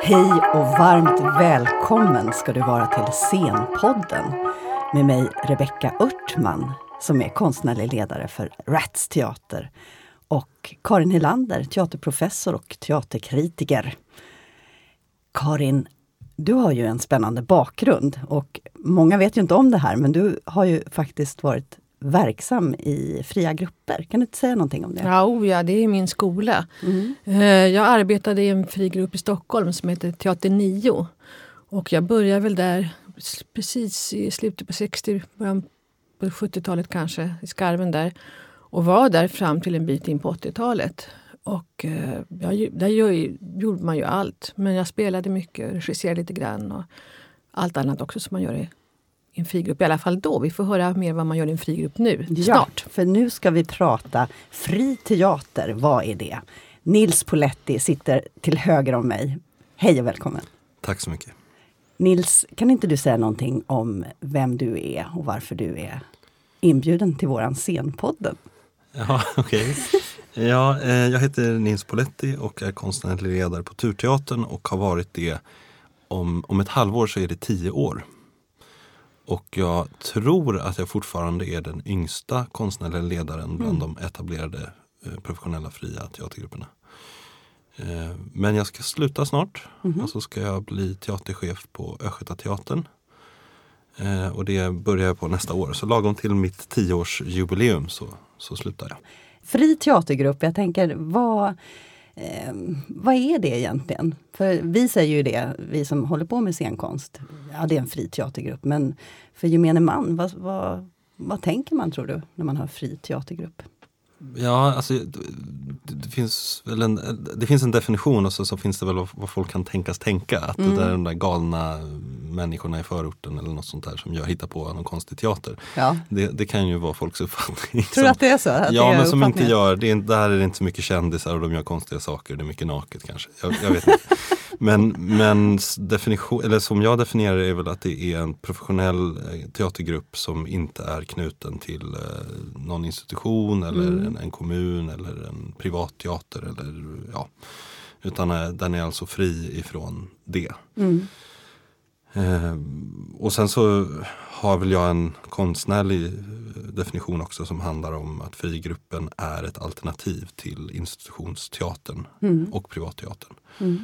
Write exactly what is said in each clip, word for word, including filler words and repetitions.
Hej och varmt välkommen ska du vara till Scenpodden med mig Rebecka Örtman som är konstnärlig ledare för Rats teater och Karin Helander, teaterprofessor och teaterkritiker. Karin, du har ju en spännande bakgrund och många vet ju inte om det här, men du har ju faktiskt varit verksam i fria grupper. Kan du inte säga någonting om det? Ja, oh ja, det är min skola. Mm. Jag arbetade i en fri grupp i Stockholm som heter Teater nio. Och jag började väl där precis i slutet på sextio, början på sjuttiotalet kanske, i skarven där. Och var där fram till en bit in på åttiotalet. Och ja, där gjorde man ju allt. Men jag spelade mycket, regisserade lite grann och allt annat också som man gör i en frigrupp, i alla fall då. Vi får höra mer vad man gör i en frigrupp nu, snart. Ja, för nu ska vi prata fri teater. Vad är det? Nils Poletti sitter till höger om mig. Hej och välkommen. Tack så mycket. Nils, kan inte du säga någonting om vem du är och varför du är inbjuden till våran Scenpodden? Ja, okej. Okay. Ja, eh, jag heter Nils Poletti och är konstnärlig ledare på Turteatern och har varit det om, om ett halvår så är det tio år. Och jag tror att jag fortfarande är den yngsta konstnärliga ledaren bland mm. de etablerade eh, professionella fria teatergrupperna. Eh, men jag ska sluta snart mm. och så ska jag bli teaterchef på Östgötateatern. Eh, och det börjar jag på nästa år. Så lagom till mitt tioårsjubileum så, så slutar jag. Fri teatergrupp, jag tänker, vad, eh, vad är det egentligen? För vi säger ju det, vi som håller på med scenkonst. Ja, det är en fri teatergrupp. Men för gemene man, vad, vad, vad tänker man tror du när man har fri teatergrupp? Ja, alltså det, det, finns väl en, det finns en definition och så, så finns det väl vad, vad folk kan tänkas tänka. Att mm. det där är de där galna människorna i förorten eller något sånt där som gör hittar på någon konstig teater. Ja. Det, det kan ju vara folks uppfattning. Tror du att det är så? Att ja, är men som inte gör, det är, där är det inte så mycket kändisar och de gör konstiga saker. Det är mycket naket kanske. Jag, jag vet inte. Men, men definition, eller som jag definierar det är väl att det är en professionell teatergrupp som inte är knuten till eh, någon institution eller mm. en, en kommun eller en privat teater eller ja, utan är, den är alltså fri ifrån det. Mm. Eh, och sen så har väl jag en konstnärlig definition också som handlar om att frigruppen är ett alternativ till institutionsteatern mm. och privatteatern. Mm.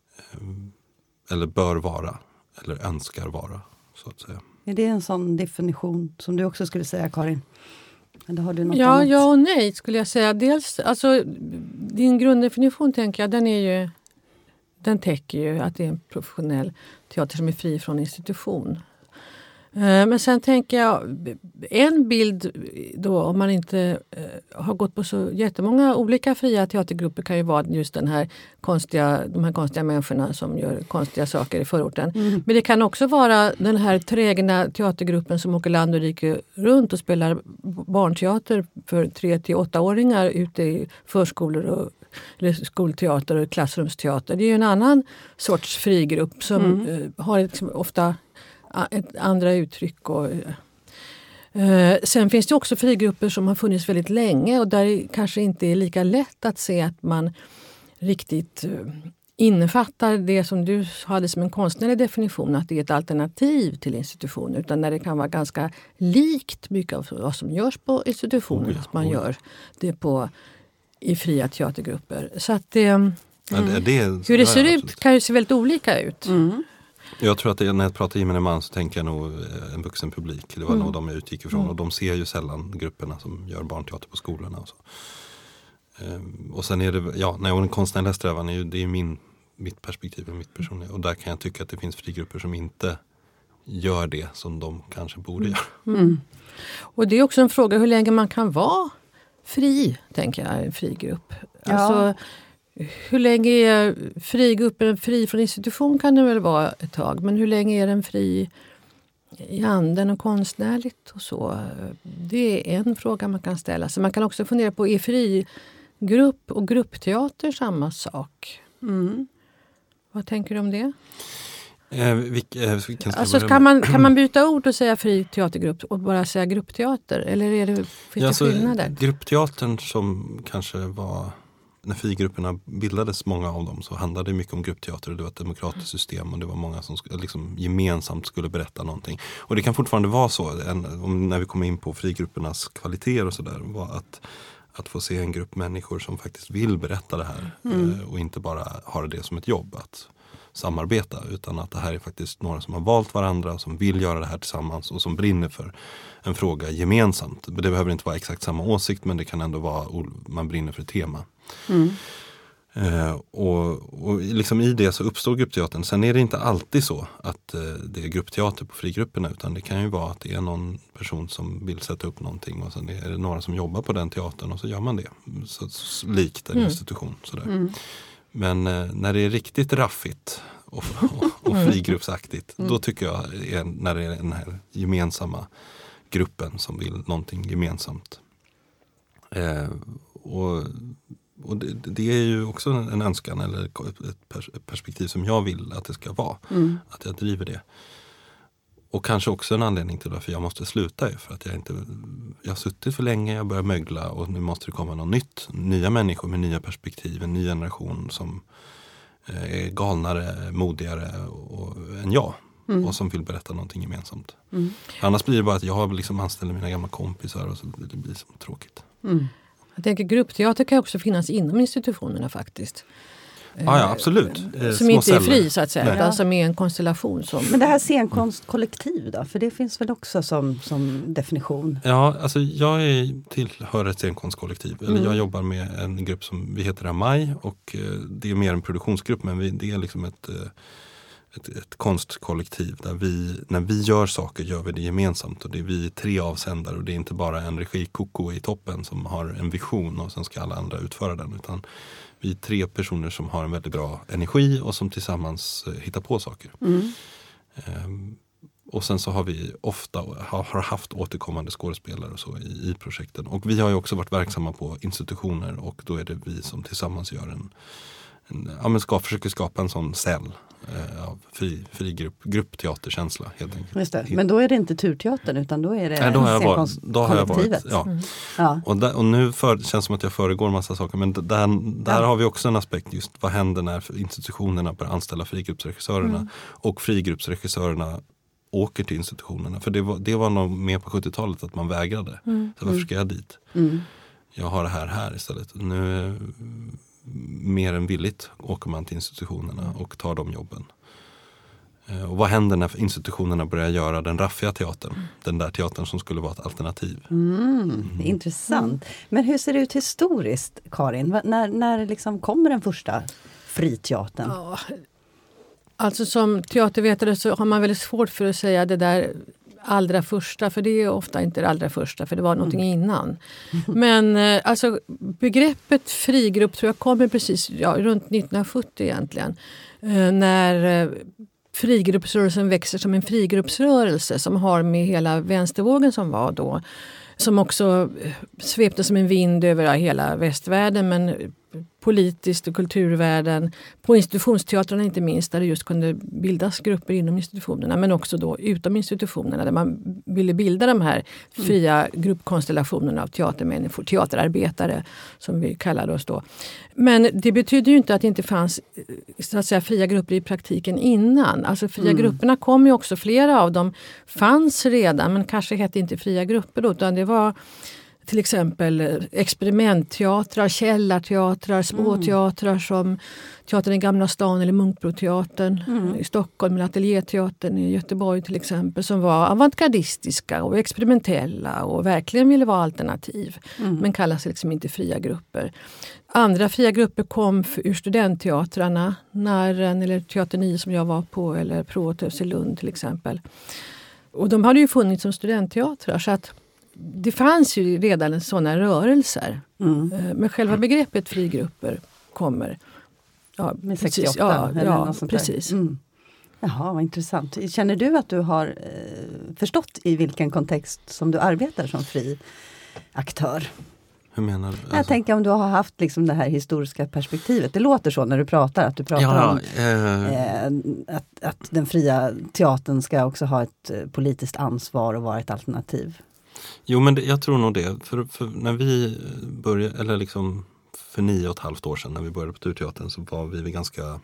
Eller bör vara, eller önskar vara, så att säga. Är det en sån definition som du också skulle säga, Karin? Eller har du något ja, annat? ja och nej skulle jag säga. Dels, alltså, din grunddefinition tänker jag, den är ju, den täcker ju att det är en professionell teater som är fri från institution. Men sen tänker jag, en bild då om man inte har gått på så jättemånga olika fria teatergrupper kan ju vara just den här konstiga, de här konstiga människorna som gör konstiga saker i förorten. Mm. Men det kan också vara den här trägna teatergruppen som åker land och rike runt och spelar barnteater för tre till åtta-åringar ute i förskolor och eller skolteater och klassrumsteater. Det är ju en annan sorts frigrupp som mm. har liksom ofta ett andra uttryck. Och, eh, sen finns det också frigrupper som har funnits väldigt länge och där det kanske inte är lika lätt att se att man riktigt eh, innefattar det som du hade som en konstnärlig definition, att det är ett alternativ till institutioner, utan när det kan vara ganska likt mycket av vad som görs på institutioner, oh ja, att man oh ja. gör det på, i fria teatergrupper. Så att eh, mm, ja, det, det, hur det ser ut absolut. Kan ju se väldigt olika ut. Mm. Jag tror att det, när jag pratar gemene man så tänker jag nog en vuxen publik. Det var mm. nog de jag utgick ifrån. Mm. Och de ser ju sällan grupperna som gör barnteater på skolorna. Och, så. Ehm, och sen är det, ja, när jag är en konstnärliga strävan är ju, det är min, mitt perspektiv och mitt personliga. Och där kan jag tycka att det finns frigrupper som inte gör det som de kanske borde göra. Mm. Mm. Och det är också en fråga hur länge man kan vara fri, tänker jag, en frigrupp. Ja. Alltså, hur länge är frigruppen fri från institution kan det väl vara ett tag. Men hur länge är den fri i anden och konstnärligt och så? Det är en fråga man kan ställa. Så man kan också fundera på, är frigrupp och gruppteater samma sak? Mm. Vad tänker du om det? Eh, vilk, eh, alltså kan man, kan man byta ord och säga fri teatergrupp och bara säga gruppteater? Eller är det, finns ja, det skillnader? Gruppteatern som kanske var när frigrupperna bildades, många av dem, så handlade det mycket om gruppteater. Det var ett demokratiskt system och det var många som liksom gemensamt skulle berätta någonting. Och det kan fortfarande vara så, en, om, när vi kommer in på frigruppernas kvaliteter och sådär, var att, att få se en grupp människor som faktiskt vill berätta det här mm. eh, och inte bara har det som ett jobb att samarbeta, utan att det här är faktiskt några som har valt varandra och som vill göra det här tillsammans och som brinner för en fråga gemensamt. Det behöver inte vara exakt samma åsikt, men det kan ändå vara, man brinner för ett tema. Mm. Eh, och och liksom i det så uppstår gruppteatern. Sen är det inte alltid så att eh, det är gruppteater på frigrupperna, utan det kan ju vara att det är någon person som vill sätta upp någonting och sen är det några som jobbar på den teatern och så gör man det. Så, så likt en mm. institution. Sådär. Mm. Men eh, när det är riktigt raffigt och, och, och frigruppsaktigt, mm. då tycker jag är när det är den här gemensamma gruppen som vill någonting gemensamt. Eh, och och det, det är ju också en önskan eller ett, pers- ett perspektiv som jag vill att det ska vara. Mm. Att jag driver det. Och kanske också en anledning till varför jag måste sluta är för att jag inte, jag har suttit för länge, jag börjar mögla och nu måste det komma något nytt. Nya människor med nya perspektiv, en ny generation som är galnare, modigare och, än jag. Mm. Och som vill berätta någonting gemensamt. Mm. Annars blir det bara att jag liksom anställer mina gamla kompisar och så det blir så tråkigt. Mm. Jag tänker gruppteater kan också finnas inom institutionerna faktiskt. Ah, ja, absolut. Eh, som inte är fri så att säga, utan som är en konstellation. Som... Men det här scenkonstkollektiv då? För det finns väl också som, som definition? Ja, alltså jag är, tillhör ett scenkonstkollektiv. Mm. Eller jag jobbar med en grupp som vi heter Amai och eh, det är mer en produktionsgrupp, men vi, det är liksom ett... Eh, Ett, ett konstkollektiv där vi, när vi gör saker gör vi det gemensamt och det är vi tre avsändare och det är inte bara en regikoko i toppen som har en vision och sen ska alla andra utföra den, utan vi är tre personer som har en väldigt bra energi och som tillsammans eh, hittar på saker. Mm. Ehm, och sen så har vi ofta har, har haft återkommande skådespelare och så i, i projekten och vi har ju också varit verksamma på institutioner och då är det vi som tillsammans gör en, en ja, men ska försöka skapa en sån cell av fri, fri grupp, gruppteaterkänsla helt enkelt. Just det. Men då är det inte turteatern utan då är det Nej, då har jag varit, då har jag varit, ja. Mm. Ja. Och, där, och nu för, känns det som att jag föregår en massa saker, men där, där ja. har vi också en aspekt just vad händer när institutionerna börjar anställa frigruppsregissörerna mm. och frigruppsregissörerna åker till institutionerna. För det var, det var nog mer på sjuttiotalet att man vägrade. Mm. Så varför ska jag dit? Mm. Jag har det här här istället. Nu mer än villigt åker man till institutionerna och tar de jobben. Eh, och vad händer när institutionerna börjar göra den raffiga teatern? Mm. Den där teatern som skulle vara ett alternativ. Mm, mm. Intressant. Men hur ser det ut historiskt, Karin? Va, när när liksom kommer den första friteatern? Ja, alltså som teatervetare så har man väldigt svårt för att säga det där allra första, för det är ofta inte det allra första, för det var någonting mm. innan. Men eh, alltså begreppet frigrupp tror jag kommer precis ja, runt nittonhundrasjuttio egentligen. Eh, när eh, frigruppsrörelsen växer som en frigruppsrörelse som har med hela vänstervågen som var då. Som också svepte som en vind över hela västvärlden, men politiskt och kulturvärlden, på institutionsteatrarna inte minst, där det just kunde bildas grupper inom institutionerna, men också då utom institutionerna där man ville bilda de här fria gruppkonstellationerna av teatermänniskor, teaterarbetare som vi kallade oss då. Men det betyder ju inte att det inte fanns så att säga fria grupper i praktiken innan. Alltså fria mm. grupperna kom ju också, flera av dem fanns redan, men kanske hette inte fria grupper då, utan det var till exempel experimentteatrar, källarteatrar, småteatrar mm. som Teatern i Gamla stan eller Munkbroteatern mm. i Stockholm, eller Ateljéteatern i Göteborg till exempel, som var avantgardistiska och experimentella och verkligen ville vara alternativ, mm. men kallas liksom inte fria grupper. Andra fria grupper kom ur studentteatrarna, Narren eller Teater nio som jag var på, eller Proteus i Lund till exempel. Och de hade ju funnits som studentteatrar, så att det fanns ju redan sådana rörelser. Mm. Men själva begreppet frigrupper kommer. Ja, med sextioåtta ja, eller ja, något sånt precis. Där. Mm. Jaha, vad intressant. Känner du att du har eh, förstått i vilken kontext som du arbetar som fri aktör? Hur menar du? Alltså... Jag tänker om du har haft liksom det här historiska perspektivet. Det låter så när du pratar, att du pratar ja, om eh... Eh, att, att den fria teatern ska också ha ett eh, politiskt ansvar och vara ett alternativ. Jo, men det, jag tror nog det. För, för när vi började, eller liksom för nio och ett halvt år sedan när vi började på Turteatern så var vi ganska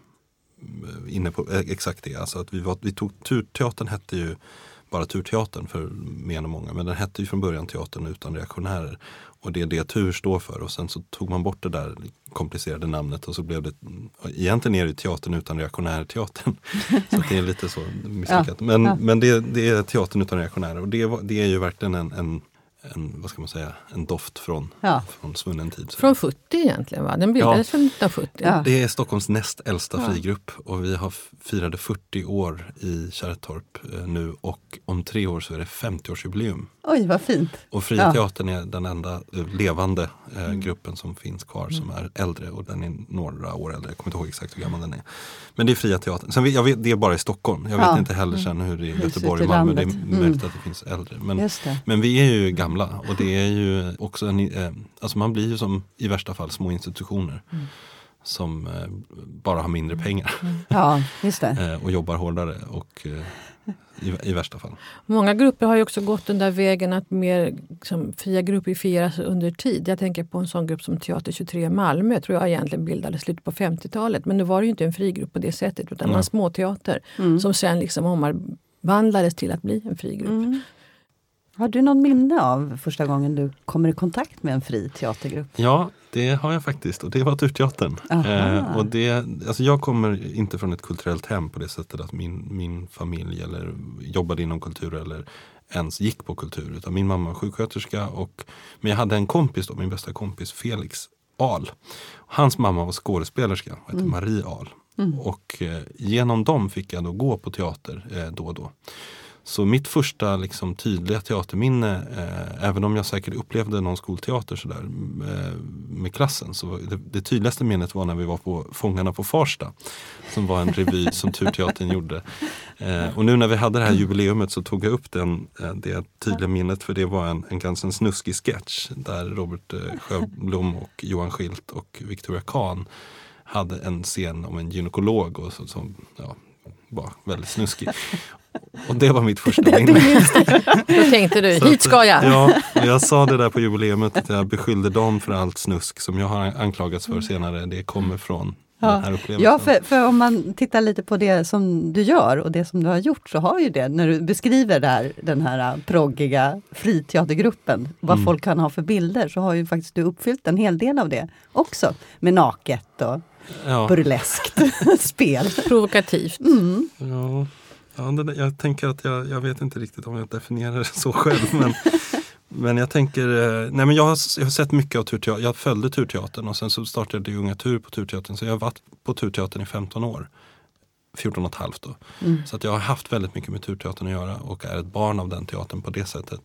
inne på exakt det. Alltså att vi, var, vi tog, Turteatern hette ju bara Turteatern för mer än många, men den hette ju från början Teatern utan reaktionärer. Och det är det Tur står för. Och sen så tog man bort det där komplicerade namnet och så blev det, egentligen är det Teatern utan reaktionärteatern. Så att det är lite så misslyckat. Ja, men, ja. men det, det är Teatern utan reaktionärer och det, det är ju verkligen en, en En, vad ska man säga, en doft från, ja. från svunnen tid. Från fyrtio egentligen va? Den bildades ja. från nittonhundrasjuttio. Ja. Det är Stockholms näst äldsta ja. frigrupp och vi har firade fyrtio år i Kärrtorp eh, nu och om tre år så är det femtio-årsjubileum. Oj, vad fint. Och Fria ja. Teatern är den enda eh, levande eh, mm. gruppen som finns kvar som är äldre och den är några år äldre. Jag kommer inte ihåg exakt hur gammal den är. Men det är Fria Teatern. Sen, jag vet, det är bara i Stockholm. Jag vet ja. inte heller sen hur det är i Göteborg och Malmö. Det är möjligt mm. att det finns äldre. Men, men vi är ju gamla och det är ju också en, eh, alltså man blir ju som i värsta fall små institutioner mm. som eh, bara har mindre pengar mm. ja, just det. eh, och jobbar hårdare och eh, i, i värsta fall. Många grupper har ju också gått den där vägen att mer liksom, fria gruppifieras under tid. Jag tänker på en sån grupp som Teater tjugotre i Malmö tror jag egentligen bildades slut på femtiotalet, men då var det ju inte en frigrupp på det sättet utan mm. en småteater mm. som sen liksom omvandlades till att bli en frigrupp. Mm. Har du någon minne av första gången du kommer i kontakt med en fri teatergrupp? Ja, det har jag faktiskt. Och det var Turteatern. Eh, och det, alltså jag kommer inte från ett kulturellt hem på det sättet att min, min familj eller jobbade inom kultur eller ens gick på kultur. Utan min mamma var sjuksköterska. Och, men jag hade en kompis då, min bästa kompis Felix Ahl. Hans mamma var skådespelerska och hette mm. Marie Ahl. Mm. Och eh, genom dem fick jag då gå på teater eh, då och då. Så mitt första liksom, tydliga teaterminne, eh, även om jag säkert upplevde någon skolteater så där, eh, med klassen, så det, det tydligaste minnet var när vi var på Fångarna på Farsta, som var en revy som Turteatern gjorde. Eh, och nu när vi hade det här jubileumet så tog jag upp den, eh, det tydliga minnet, för det var en, en ganska snuskig sketch där Robert eh, Sjöblom och Johan Schilt och Victoria Kahn hade en scen om en gynekolog och så, som ja, var väldigt snuskig. Och det var mitt första minne. Då tänkte du, hit ska jag. Ja, jag sa det där på jubileumet att jag beskyllde dem för allt snusk som jag har anklagats för senare. Det kommer från ja. den här upplevelsen. Ja, för, för om man tittar lite på det som du gör och det som du har gjort så har ju det, när du beskriver där, den här proggiga friteatergruppen, vad mm. folk kan ha för bilder, så har ju faktiskt du uppfyllt en hel del av det också. Med naket och ja. burleskt spel. Provokativt. Mm. Ja. Ja, det, jag tänker att jag, jag vet inte riktigt om jag definierar det så själv. Men, men jag tänker, nej men jag har, jag har sett mycket av Turteatern. Jag följde Turteatern och sen så startade jag Unga Tur på Turteatern. Så jag har varit på Turteatern i femton år. fjorton och ett halvt då. Mm. Så att jag har haft väldigt mycket med Turteatern att göra och är ett barn av den teatern på det sättet.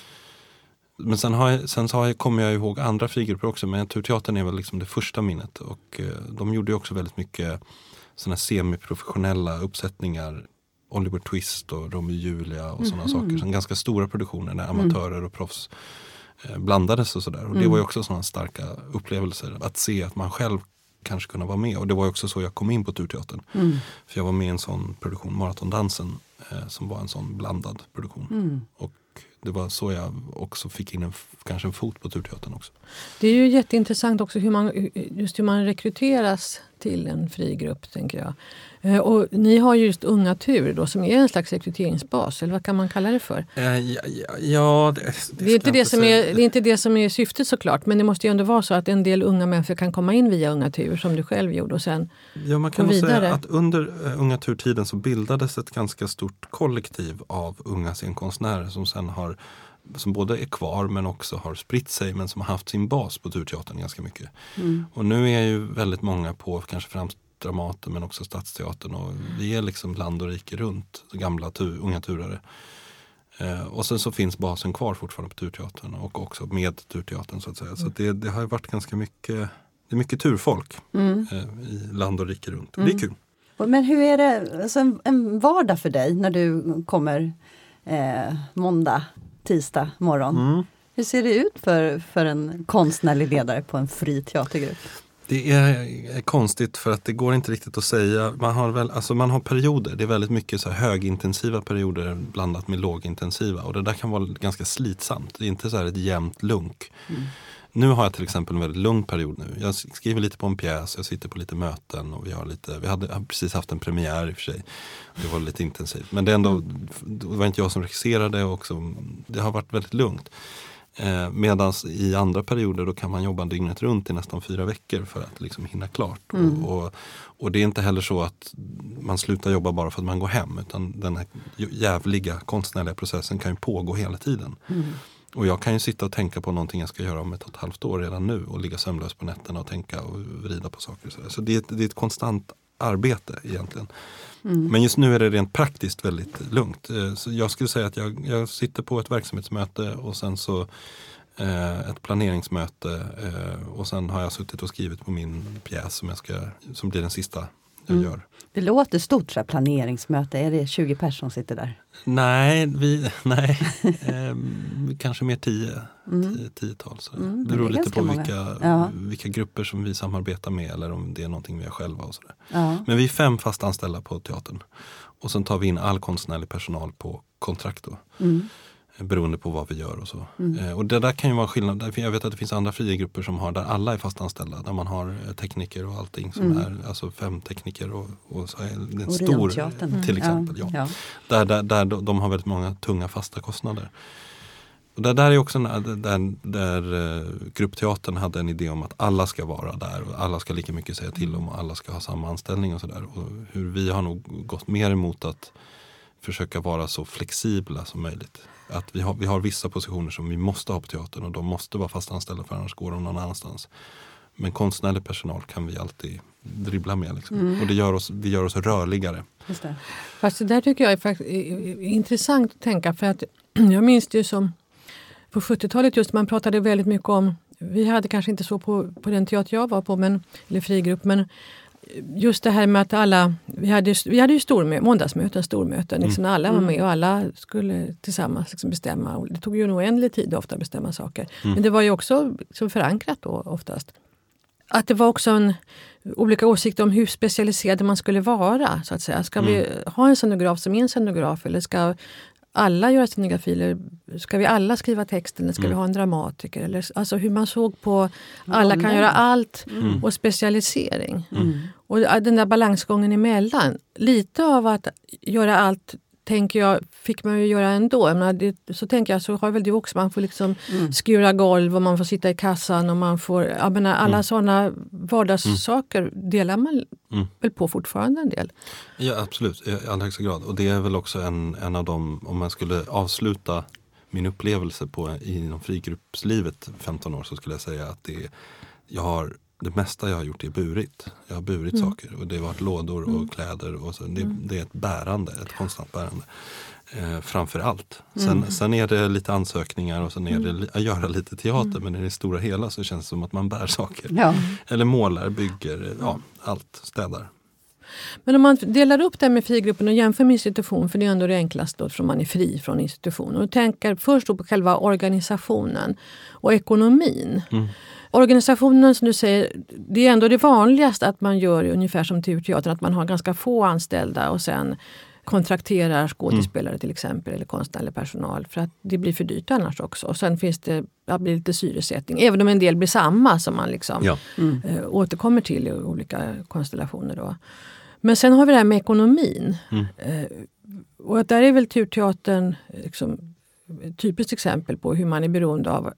Men sen, har jag, sen så har jag, kommer jag ihåg andra frigrupper också. Men Turteatern är väl liksom det första minnet. Och eh, de gjorde ju också väldigt mycket sådana semiprofessionella uppsättningar. Oliver Twist och Romeo och Julia och sådana mm. saker. Som ganska stora produktioner när amatörer och proffs eh, blandades och sådär. Och det mm. var ju också sådana starka upplevelser. Att se att man själv kanske kunde vara med. Och det var ju också så jag kom in på Turteatern. Mm. För jag var med i en sån produktion, Maratondansen, eh, som var en sån blandad produktion. Mm. Och det var så jag också fick in en, kanske en fot på Turteatern också. Det är ju jätteintressant också hur man, just hur man rekryteras till en fri grupp, tänker jag. Och ni har ju just Unga Tur då, som är en slags rekryteringsbas, eller vad kan man kalla det för? Uh, ja, ja, ja det, det, det, är inte det, som är, det är inte det som är syftet såklart, men det måste ju ändå vara så att en del unga människor kan komma in via Unga Tur, som du själv gjorde, och sen ja, man kan gå vidare. Säga att under uh, Unga Tur-tiden så bildades ett ganska stort kollektiv av unga scenkonstnärer som sen har, som både är kvar men också har spritt sig, men som har haft sin bas på Turteatern ganska mycket. Mm. Och nu är ju väldigt många på kanske främst Dramaten men också Stadsteatern, och vi är liksom land och rike runt, gamla tu, unga turare. Eh, och sen så finns basen kvar fortfarande på Turteatern och också med Turteatern så att säga. Mm. Så att det, det har ju varit ganska mycket, det är mycket turfolk mm. eh, i land och rike runt. Mm. Det är kul. Men hur är det, alltså en, en vardag för dig när du kommer eh, måndag, tisdag morgon? Mm. Hur ser det ut för, för en konstnärlig ledare på en fri teatergrupp? Det är konstigt för att det går inte riktigt att säga. Man har, väl, alltså man har perioder. Det är väldigt mycket så här högintensiva perioder blandat med lågintensiva. Och det där kan vara ganska slitsamt. Det är inte så här ett jämnt lunk. Mm. Nu har jag till exempel en väldigt lugn period nu. Jag skriver lite på en pjäs, jag sitter på lite möten och vi har lite, vi hade precis haft en premiär i och för sig. Det var lite intensivt. Men det, ändå, det var inte jag som regisserade och också, det har varit väldigt lugnt. Eh, Medan i andra perioder då kan man jobba dygnet runt i nästan fyra veckor för att liksom hinna klart. Mm. Och, och, och det är inte heller så att man slutar jobba bara för att man går hem. Utan den här jävliga konstnärliga processen kan ju pågå hela tiden. Mm. Och jag kan ju sitta och tänka på någonting jag ska göra om ett och ett halvt år redan nu. Och ligga sömnlös på nätterna och tänka och vrida på saker. Och så så det är, ett, det är ett konstant arbete egentligen. Mm. Men just nu är det rent praktiskt väldigt lugnt. Så jag skulle säga att jag, jag sitter på ett verksamhetsmöte och sen så eh, ett planeringsmöte. Eh, och sen har jag suttit och skrivit på min pjäs som, jag ska, som blir den sista jag mm. gör. Det låter stort, så här, planeringsmöte. Är det tjugo personer som sitter där? Nej, vi, nej eh, kanske mer tio, mm. tio tiotal. Så mm, det beror det lite på vilka, ja. vilka grupper som vi samarbetar med eller om det är någonting vi gör själva. Och så där. Ja. Men vi är fem fast anställda på teatern. Och sen tar vi in all konstnärlig personal på kontrakt då. Mm. Beroende på vad vi gör och så. Mm. Eh, och det där kan ju vara skillnad. Jag vet att det finns andra fria grupper som har där alla är fastanställda. Där man har eh, tekniker och allting som mm. är, alltså fem tekniker och, och så är det en stor till exempel. Ja. Ja. Där, där, där de har väldigt många tunga fasta kostnader. Och där, där är också en, där, där uh, gruppteatern hade en idé om att alla ska vara där och alla ska lika mycket säga till om och alla ska ha samma anställning och sådär. Och hur vi har nog gått mer emot att försöka vara så flexibla som möjligt. Att vi har, vi har vissa positioner som vi måste ha på teatern och de måste vara fast anställda för annars går de någon annanstans. Men konstnärlig personal kan vi alltid dribbla med. Liksom. Mm. Och det gör, oss, det gör oss rörligare. Just det. Fast det där tycker jag är faktiskt intressant att tänka. För att jag minns det ju som på sjuttiotalet just, man pratade väldigt mycket om, vi hade kanske inte så på, på den teater jag var på, men, eller frigrupp, men just det här med att alla, vi hade, vi hade ju stormö, måndagsmöten, stormöten, liksom mm. alla var med och alla skulle tillsammans liksom bestämma. Och det tog ju en oändlig tid ofta att bestämma saker. Mm. Men det var ju också så förankrat då oftast. Att det var också en, olika åsikter om hur specialiserad man skulle vara, så att säga. Ska mm. vi ha en scenograf som är en scenograf, eller ska alla göra scenografier? Ska vi alla skriva texten, eller ska mm. vi ha en dramatiker? Eller, alltså hur man såg på alla kan göra allt mm. och specialisering. Mm. Och den där balansgången emellan. Lite av att göra allt, tänker jag, fick man ju göra ändå. Menar, det, så tänker jag, så har väl det också. Man får liksom mm. skura golv och man får sitta i kassan och man får, jag menar, alla mm. sådana vardagssaker mm. delar man mm. väl på fortfarande en del. Ja, absolut. I allra högsta grad. Och det är väl också en, en av de, om man skulle avsluta min upplevelse på, inom frigruppslivet femton år, så skulle jag säga att det, jag har, det mesta jag har gjort är burit. Jag har burit mm. saker och det har varit lådor och mm. kläder. Och så. Det, mm. det är ett bärande, ett konstant bärande. Eh, framför allt. Sen, mm. sen är det lite ansökningar och sen är det li- att göra lite teater. Mm. Men i det stora hela så känns det som att man bär saker. Ja. Eller målar, bygger, ja, allt, städar. Men om man delar upp det här med frigruppen och jämför med institution, för det är ändå det enklaste då, för man är fri från institution. Och tänker först då på själva organisationen och ekonomin. Mm. Organisationen, som du säger, det är ändå det vanligaste att man gör ungefär som Turteatern, att man har ganska få anställda och sen kontrakterar skådespelare mm. till exempel, eller konstnärlig personal, för att det blir för dyrt annars också. Och sen finns det, ja, blir lite syresättning, även om en del blir samma som man liksom ja. mm. äh, återkommer till i olika konstellationer då. Men sen har vi det här med ekonomin. Mm. Äh, och där är väl Turteatern liksom ett typiskt exempel på hur man är beroende av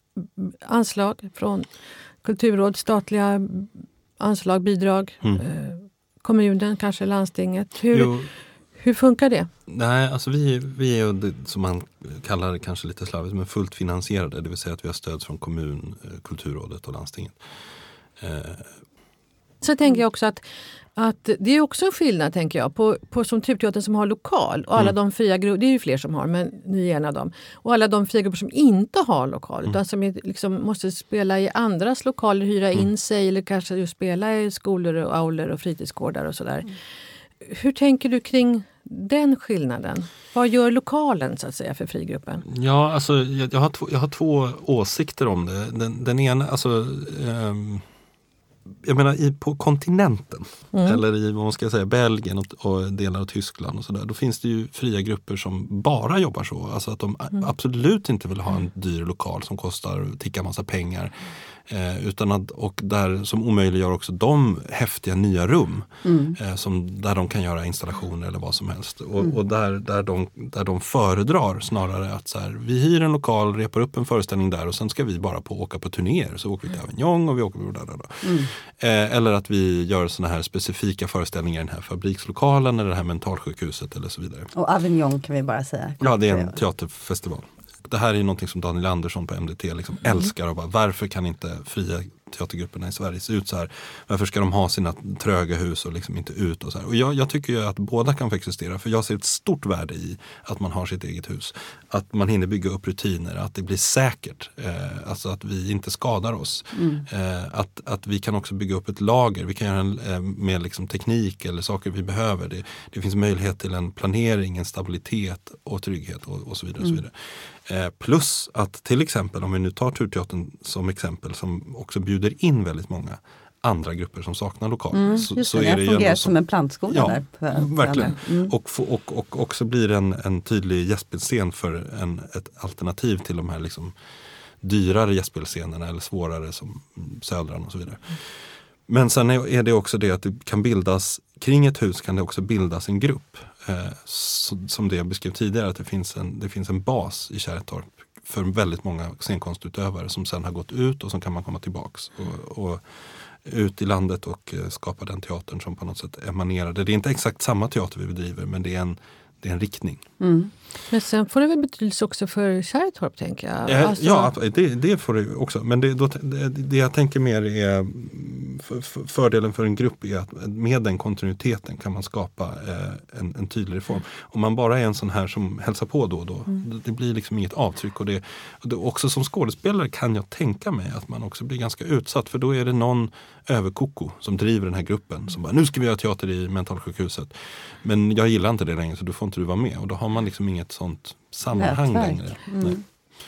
anslag från kulturråd, statliga anslag, bidrag, mm. eh, kommunen, kanske landstinget. Hur, hur funkar det? Nej, alltså vi, vi är det som man kallar det kanske lite slarvigt, men fullt finansierade. Det vill säga att vi har stöd från kommun, kulturrådet och landstinget. Eh. Så tänker jag också att Att det är också en skillnad, tänker jag, på, på som Turteatern som har lokal. Och alla mm. de fria grupper, det är ju fler som har, men ni är en av dem. Och alla de fria grupper som inte har lokal, mm. utan som är, liksom, måste spela i andras lokaler, hyra mm. in sig, eller kanske just spela i skolor och aulor och fritidsgårdar och sådär. Mm. Hur tänker du kring den skillnaden? Vad gör lokalen, så att säga, för frigruppen? Ja, alltså jag, jag, har, två, jag har två åsikter om det. Den, den ena, alltså... Um... jag menar i, på kontinenten Mm. eller i vad man ska säga Belgien och, och delar av Tyskland och sådär, då finns det ju fria grupper som bara jobbar så. Alltså att de Mm. absolut inte vill ha en dyr lokal som kostar ticka massa pengar. Eh, utan att, och där som omöjliggör också de häftiga nya rum Mm. eh, som, där de kan göra installationer eller vad som helst. Och, Mm. och där, där, de, där de föredrar snarare att så här, vi hyr en lokal, repar upp en föreställning där och sen ska vi bara på åka på turnéer. Så åker vi till Avignon och vi åker på där, där, där. Mm. Eh, eller att vi gör såna här specifika föreställningar i den här fabrikslokalen eller det här mentalsjukhuset eller så vidare. Och Avignon kan vi bara säga. Ja, det är en teaterfestival. Det här är ju någonting som Daniel Andersson på M D T liksom Mm. älskar. Och bara, varför kan inte fria teatergrupperna i Sverige se ut så här? Varför ska de ha sina tröga hus och liksom inte ut och så här? Och jag, jag tycker ju att båda kan få existera. För jag ser ett stort värde i att man har sitt eget hus. Att man hinner bygga upp rutiner. Att det blir säkert. Eh, alltså att vi inte skadar oss. Mm. Eh, att, att vi kan också bygga upp ett lager. Vi kan göra en, eh, med liksom teknik eller saker vi behöver. Det, det finns möjlighet till en planering, en stabilitet och trygghet och, och så vidare. Och så vidare. Eh, plus att till exempel, om vi nu tar Turteatern som exempel som också bjuder in väldigt många andra grupper som saknar lokal. Mm, så, just så det, är det det fungerar ju som en plantskola ja, där. För, för verkligen. mm. Och, och, och också blir en, en tydlig gästspelscen för en, ett alternativ till de här liksom dyrare gästspelscenerna eller svårare som Södran och så vidare. Men sen är det också det att det kan bildas, kring ett hus kan det också bildas en grupp. Eh, så, som det jag beskrev tidigare, att det finns en, det finns en bas i Kärrtorp för väldigt många scenkonstutövare som sen har gått ut och som kan man komma tillbaks och, och ut i landet och eh, skapa den teatern som på något sätt emanerade. Det är inte exakt samma teater vi bedriver, men det är en, det är en riktning. Mm. Men sen får det väl betydelse också för Kärrtorp, tänker jag. Eh, Alltså... Ja, det, det får det också. Men det, då, det, det jag tänker mer är för, för, fördelen för en grupp är att med den kontinuiteten kan man skapa eh, en, en tydlig form. Om man bara är en sån här som hälsar på då och då, Mm. det, det blir liksom inget avtryck. Och det, och det, också som skådespelare kan jag tänka mig att man också blir ganska utsatt. För då är det någon överkoko som driver den här gruppen. Som bara, nu ska vi göra teater i mentalsjukhuset. Men jag gillar inte det längre, så då får inte du vara med. Och då har man liksom inget sånt sammanhang Nätverk. längre. Mm. Nej.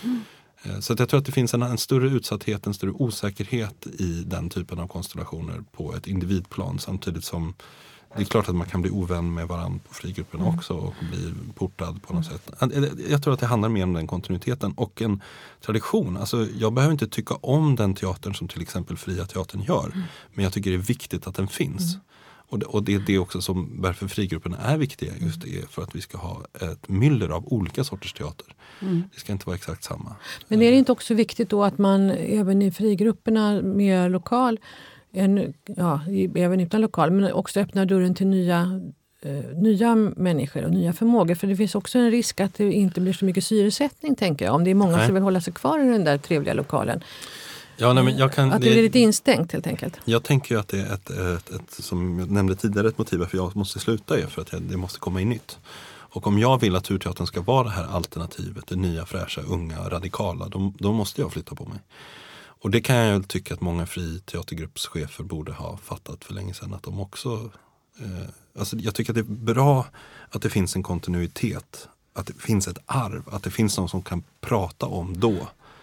Så att jag tror att det finns en, en större utsatthet, en större osäkerhet i den typen av konstellationer på ett individplan, samtidigt som det är klart att man kan bli ovän med varandra på frigrupperna Mm. också och bli portad på något sätt. Jag tror att det handlar mer om den kontinuiteten och en tradition. Alltså, jag behöver inte tycka om den teatern som till exempel Fria Teatern gör, Mm. men jag tycker det är viktigt att den finns. Och det, och det är det också som varför frigrupperna är viktiga, just det är för att vi ska ha ett myller av olika sorters teater. Mm. Det ska inte vara exakt samma. Men är det inte också viktigt då att man även i frigrupperna med lokal, en, ja, även utan lokal, men också öppnar dörren till nya, eh, nya människor och nya förmågor? För det finns också en risk att det inte blir så mycket syresättning, tänker jag. Om det är många Nej. som vill hålla sig kvar i den där trevliga lokalen. Ja, nej, men jag kan, Att det blir lite instängt helt enkelt. Jag tänker ju att det är ett, ett, ett, som jag nämnde tidigare, ett motiv för jag måste sluta är för att jag, det måste komma in nytt. Och om jag vill att Turteatern ska vara det här alternativet, det nya, fräscha, unga, radikala, då, då måste jag flytta på mig. Och det kan jag tycka att många fri teatergruppschefer borde ha fattat för länge sedan, att de också... Eh, alltså jag tycker att det är bra att det finns en kontinuitet, att det finns ett arv, att det finns någon som kan prata om då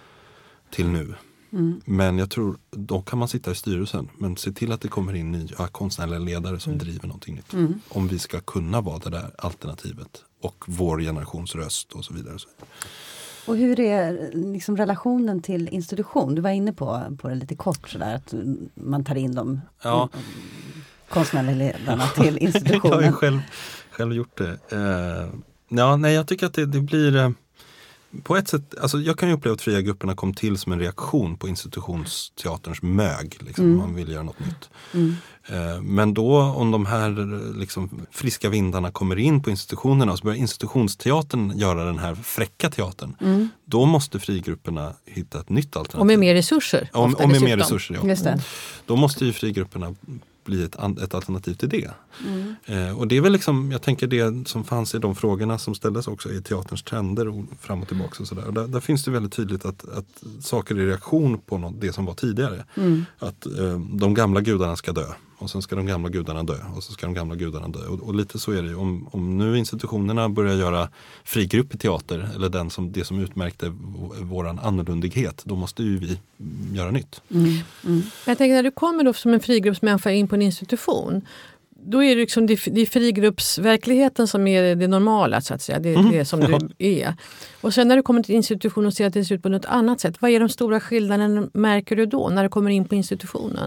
till nu. Mm. Men jag tror, då kan man sitta i styrelsen, men se till att det kommer in nya konstnärliga ledare som Mm. driver någonting nytt. Mm. Om vi ska kunna vara det där alternativet och vår generations röst och så vidare. Och så vidare. Och hur är liksom relationen till institution? Du var inne på, på det lite kort sådär, att man tar in de Ja. konstnärliga ledarna till Jag har ju institutionen. själv, själv gjort det. Eh, ja, nej, jag tycker att det, det blir... Eh, på ett sätt, alltså jag kan ju uppleva att fria grupperna kom till som en reaktion på institutionsteaterns mög. Liksom, Mm. Man vill göra något nytt. Mm. Eh, men då om de här liksom, friska vindarna kommer in på institutionerna och så börjar institutionsteatern göra den här fräcka teatern. Mm. Då måste frigrupperna hitta ett nytt alternativ. Och med mer resurser. Om, ofta och med mer dessutom. resurser, ja. Just det. Då måste ju frigrupperna bli ett, an- ett alternativ till det. Mm. Eh, och det är väl liksom, jag tänker det som fanns i de frågorna som ställdes också i teaterns trender och fram och tillbaka och sådär. Och där, där finns det väldigt tydligt att, att saker är reaktion på något, det som var tidigare. Mm. Att eh, de gamla gudarna ska dö Och sen ska de gamla gudarna dö. Och så ska de gamla gudarna dö. Och, och lite så är det ju. Om, om nu institutionerna börjar göra frigrupp i teater, eller den som, det som utmärkte v- våran annorlundighet, då måste ju vi göra nytt. Mm. Mm. Jag tänker när du kommer då som en frigruppsmänniska in på en institution, då är det liksom det, det är frigruppsverkligheten som är det normala, så att säga. Det är Mm. det som du är. Och sen när du kommer till institutionen och ser att det ser ut på något annat sätt, vad är de stora skillnaderna, märker du då när du kommer in på institutionen?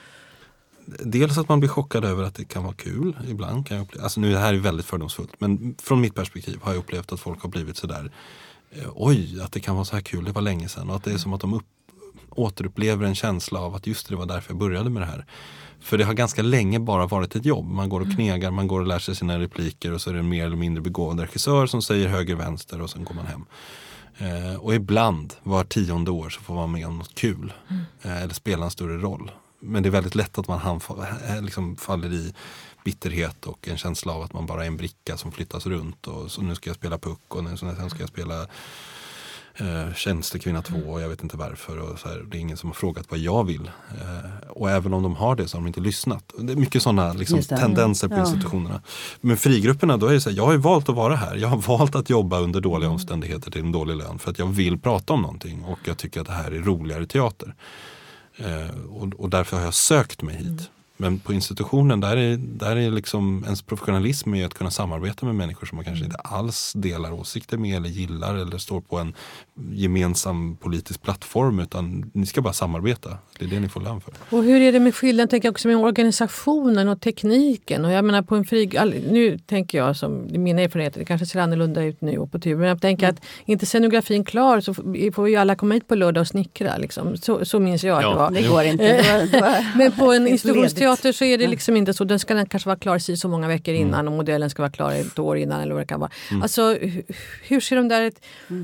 Dels att man blir chockad över att det kan vara kul. Ibland kan jag uppleva, alltså nu det här är väldigt fördomsfullt, men från mitt perspektiv har jag upplevt att folk har blivit sådär, oj, att det kan vara så här kul, det var länge sedan. Och att det är som att de upp, återupplever en känsla av att just det var därför jag började med det här. För det har ganska länge bara varit ett jobb. Man går och knegar, man går och lär sig sina repliker och så är det en mer eller mindre begåvad regissör som säger höger, vänster och sen går man hem. Eh, och ibland, var tionde år, så får man med om något kul. Eh, eller spela en större roll. Men det är väldigt lätt att man handf- liksom faller i bitterhet och en känsla av att man bara är en bricka som flyttas runt. Och så nu ska jag spela puck och nu, sen ska jag spela eh, tjänstekvinna två och jag vet inte varför. Och så här, det är ingen som har frågat vad jag vill. Eh, och även om de har det så har de inte lyssnat. Det är mycket sådana liksom, tendenser på ja. institutionerna. Men frigrupperna, då är det så här, jag har ju valt att vara här. Jag har valt att jobba under dåliga omständigheter till en dålig lön. För att jag vill prata om någonting och jag tycker att det här är roligare teater. Eh, och, och därför har jag sökt mig hit. Mm. Men på institutionen, där är, där är liksom ens professionalism är att kunna samarbeta med människor som man kanske inte alls delar åsikter med eller gillar eller står på en gemensam politisk plattform, utan ni ska bara samarbeta. Det är det ni får lön för. Och hur är det med skillnaden, tänker jag också, med organisationen och tekniken? Och jag menar på en fri, nu tänker jag som mina erfarenheter, det kanske ser annorlunda ut nu och på tur, men jag tänker mm. att inte scenografin klar så får ju alla komma hit på lördag och snickra liksom. Så, så minns jag att ja, det var. Det går inte. Det var, det var men på en institutionsteater så är det liksom inte så. Den ska kanske vara klar så många veckor innan mm. och modellen ska vara klar ett år innan eller vad det kan vara. Mm. Alltså hur ser de där ett, mm.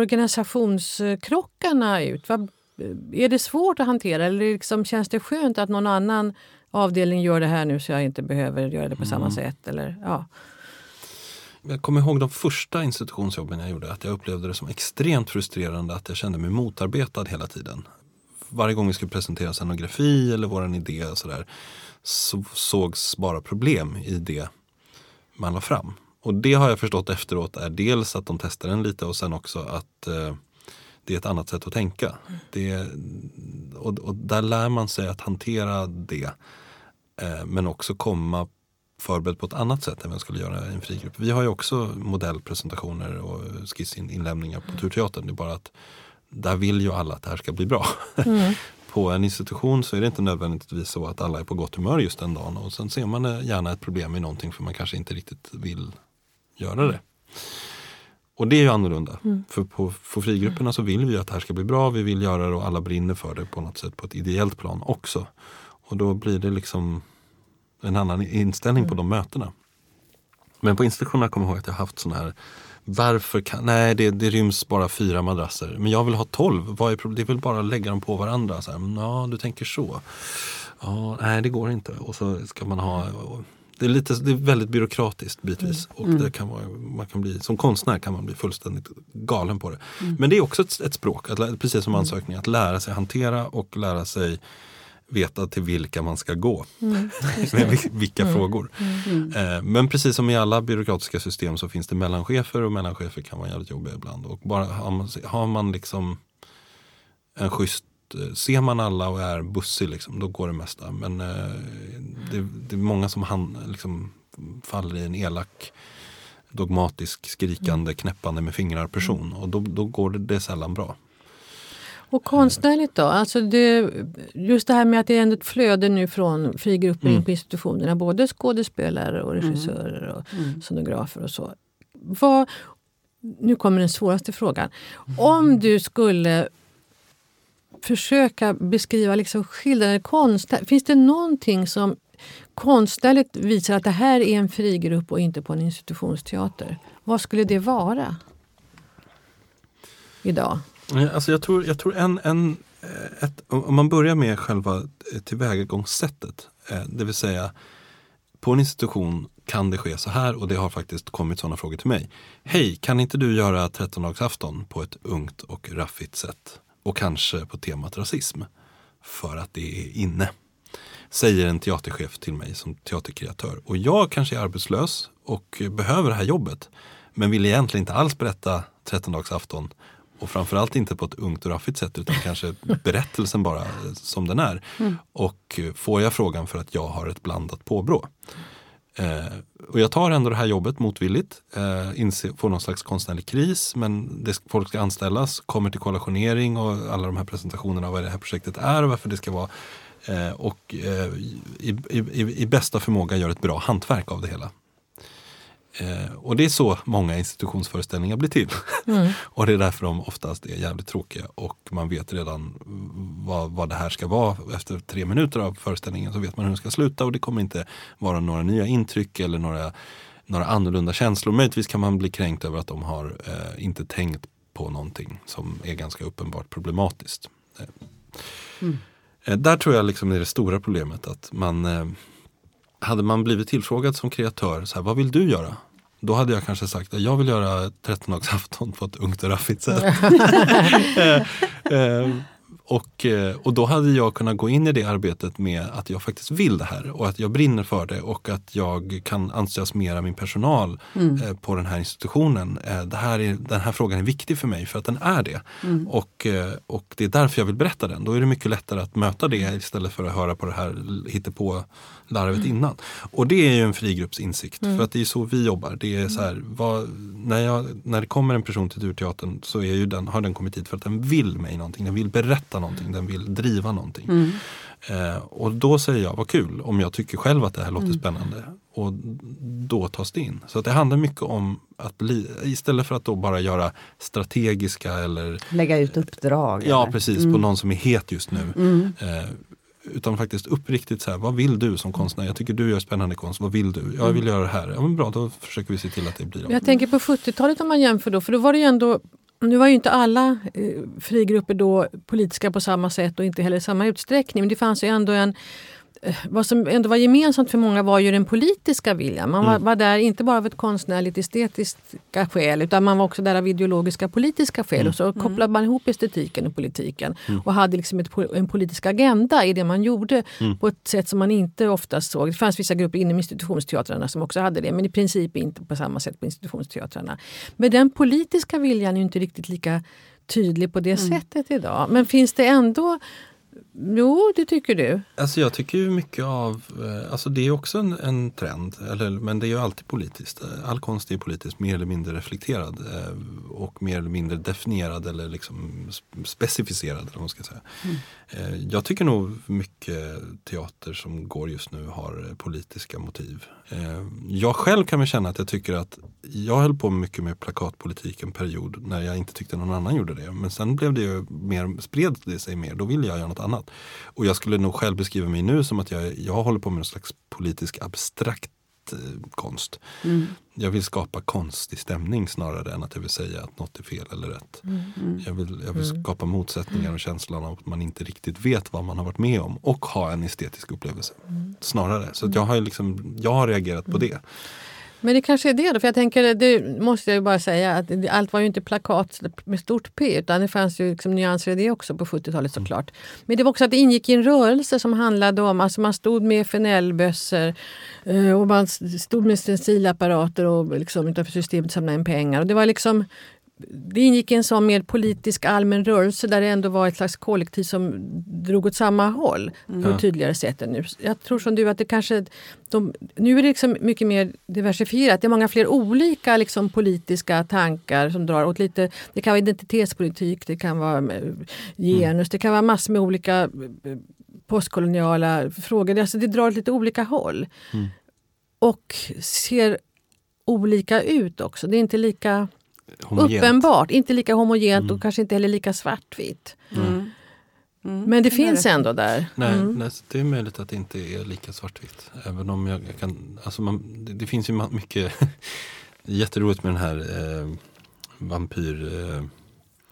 organisationskrockarna ut? Vad, är det svårt att hantera eller liksom, känns det skönt att någon annan avdelning gör det här nu så jag inte behöver göra det på mm. samma sätt? Eller, ja. Jag kommer ihåg de första institutionsjobben jag gjorde, att jag upplevde det som extremt frustrerande att jag kände mig motarbetad hela tiden. Varje gång vi skulle presentera scenografi eller våran idé och sådär, så sågs bara problem i det man la fram. Och det har jag förstått efteråt är dels att de testar den lite och sen också att eh, det är ett annat sätt att tänka. Det, och, och där lär man sig att hantera det eh, men också komma förberedd på ett annat sätt än man skulle göra i en frigrupp. Vi har ju också modellpresentationer och skissinlämningar på Turteatern. Det är bara att där vill ju alla att det här ska bli bra. Mm. På en institution så är det inte nödvändigtvis så att alla är på gott humör just den dagen. Och sen ser man gärna ett problem i någonting för man kanske inte riktigt vill göra det. Och det är ju annorlunda. Mm. För på, på frigrupperna så vill vi att det här ska bli bra. Vi vill göra det och alla brinner för det på något sätt på ett ideellt plan också. Och då blir det liksom en annan inställning mm. på de mötena. Men på institutionerna kommer jag ihåg att jag har haft sån här, varför kan, nej det, det ryms bara fyra madrasser. Men jag vill ha tolv, vad är problemet? Det är väl bara att lägga dem på varandra. Så här, ja, du tänker så. Ja, nej det går inte. Och så ska man ha, det är, lite, det är väldigt byråkratiskt bitvis. Mm. Och det kan vara, man kan bli, som konstnär kan man bli fullständigt galen på det. Mm. Men det är också ett, ett språk, att, precis som ansökningen, att lära sig hantera och lära sig veta till vilka man ska gå. Mm, vilka mm, frågor. Mm. Eh, men precis som i alla byråkratiska system så finns det mellanchefer och mellanchefer kan vara jävligt jobbiga ibland. Och bara har man, har man liksom en schysst, ser man alla och är bussig liksom, då går det mesta. Men eh, det, det är många som han, liksom, faller i en elak, dogmatisk, skrikande, knäppande med fingrar person. Och då, då går det, det sällan bra. Och konstnärligt då? Alltså det, just det här med att det är ett flöde nu från frigrupper mm. in på institutionerna. Både skådespelare och regissörer och mm. scenografer och så. Vad, nu kommer den svåraste frågan. Mm. Om du skulle försöka beskriva liksom skillnaden konstnär, finns det någonting som konstnärligt visar att det här är en frigrupp och inte på en institutionsteater? Vad skulle det vara idag? Alltså jag tror, jag tror en, en, ett, om man börjar med själva tillvägagångssättet, det vill säga på en institution kan det ske så här och det har faktiskt kommit sådana frågor till mig. Hej, kan inte du göra trettondagsafton på ett ungt och raffigt sätt och kanske på temat rasism för att det är inne? säger en teaterchef till mig som teaterkreatör. Och jag kanske är arbetslös och behöver det här jobbet. Men vill egentligen inte alls berätta trettondagsafton. Och framförallt inte på ett ungt och raffigt sätt utan kanske berättelsen bara som den är. Mm. Och får jag frågan för att jag har ett blandat påbrå. Eh, och jag tar ändå det här jobbet motvilligt. Eh, inse, får någon slags konstnärlig kris men det, folk ska anställas. Kommer till kollationering och alla de här presentationerna av vad det här projektet är och varför det ska vara. Eh, och eh, i, i, i bästa förmåga gör ett bra hantverk av det hela. Eh, och det är så många institutionsföreställningar blir till. Mm. Och det är därför de oftast är jävligt tråkiga. Och man vet redan vad, vad det här ska vara. Efter tre minuter av föreställningen så vet man hur den ska sluta. Och det kommer inte vara några nya intryck eller några, några annorlunda känslor. Möjligtvis kan man bli kränkt över att de har eh, inte tänkt på någonting som är ganska uppenbart problematiskt. Mm. Eh, där tror jag liksom är det stora problemet att man... Eh, hade man blivit tillfrågad som kreatör, så här, vad vill du göra? Då hade jag kanske sagt att jag vill göra trettondagsafton på ett ungt och raffigt sätt. och, och då hade jag kunnat gå in i det arbetet med att jag faktiskt vill det här och att jag brinner för det och att jag kan entusiasmera min personal mm. på den här institutionen. Det här är, den här frågan är viktig för mig för att den är det. Mm. Och, och det är därför jag vill berätta den. Då är det mycket lättare att möta det istället för att höra på det här hittepå larvet mm. innan. Och det är ju en frigruppsinsikt mm. för att det är så vi jobbar. Det är så här, vad, när, jag, när det kommer en person till Turteatern så är ju den, har den kommit hit för att den vill mig någonting. Den vill berätta någonting. Den vill driva någonting. Mm. Eh, och då säger jag, vad kul om jag tycker själv att det här låter mm. spännande. Och då tas det in. Så att det handlar mycket om att bli, istället för att då bara göra strategiska eller... Lägga ut uppdrag. Ja, eller? precis. Mm. På någon som är het just nu. Mm. Eh, utan faktiskt uppriktigt så här, vad vill du som konstnär? Jag tycker du gör spännande konst, vad vill du? Jag vill göra det här. Ja men bra, då försöker vi se till att det blir. Jag tänker på sjuttiotalet om man jämför då, för då var det ju ändå, nu var ju inte alla eh, frigrupper då politiska på samma sätt och inte heller i samma utsträckning, men det fanns ju ändå en vad som ändå var gemensamt för många var ju den politiska viljan. Man var, mm. var där inte bara av ett konstnärligt estetiska skäl utan man var också där av ideologiska politiska skäl. Mm. Och så kopplade man ihop estetiken och politiken mm. och hade liksom ett, en politisk agenda i det man gjorde mm. på ett sätt som man inte oftast såg. Det fanns vissa grupper inom institutionsteatrarna som också hade det, men i princip inte på samma sätt på institutionsteatrarna. Men den politiska viljan är ju inte riktigt lika tydlig på det mm. sättet idag. Men finns det ändå... Jo, det tycker du. Alltså jag tycker ju mycket av, alltså det är också en, en trend, eller, men det är ju alltid politiskt. All konst är politiskt mer eller mindre reflekterad och mer eller mindre definierad eller liksom specificerad, eller vad man ska säga. Mm. Jag tycker nog mycket teater som går just nu har politiska motiv. Jag själv kan väl känna att jag tycker att jag höll på mycket med plakatpolitik en period när jag inte tyckte någon annan gjorde det. Men sen blev det ju mer, spred det sig mer, då ville jag göra något annat. Och jag skulle nog själv beskriva mig nu som att jag, jag håller på med en slags politisk abstrakt eh, konst. Mm. Jag vill skapa konstig stämning snarare än att jag vill säga att något är fel eller rätt. Mm. Mm. Jag vill, jag vill skapa motsättningar och känslan av att man inte riktigt vet vad man har varit med om och ha en estetisk upplevelse. Mm. Snarare. Så att jag har liksom, jag har reagerat på det. Men det kanske är det då, för jag tänker, det måste jag ju bara säga, att allt var ju inte plakat med stort P, utan det fanns ju liksom nyanser i det också på sjuttiotalet såklart. Men det var också att det ingick i en rörelse som handlade om, alltså man stod med F N L-bössor och man stod med stencilapparater och liksom utanför systemet samlade in pengar. Och det var liksom, det ingick i en sån mer politisk allmän rörelse där det ändå var ett slags kollektiv som drog åt samma håll mm. på ett tydligare sätt än nu. Jag tror som du att det kanske, de, nu är det liksom mycket mer diversifierat. Det är många fler olika liksom politiska tankar som drar åt lite, det kan vara identitetspolitik, det kan vara genus, mm. det kan vara massor med olika postkoloniala frågor. Alltså det drar åt lite olika håll. Mm. Och ser olika ut också. Det är inte lika... Homogent. Uppenbart, inte lika homogent mm. och kanske inte heller lika svartvitt. Mm. Mm. Men det finns det. Ändå där. Nej, mm. nej, det är möjligt att det inte är lika svartvitt. Även om jag, jag kan, alltså man, det, det finns ju mycket jätteroligt med den här eh, vampyr... Eh,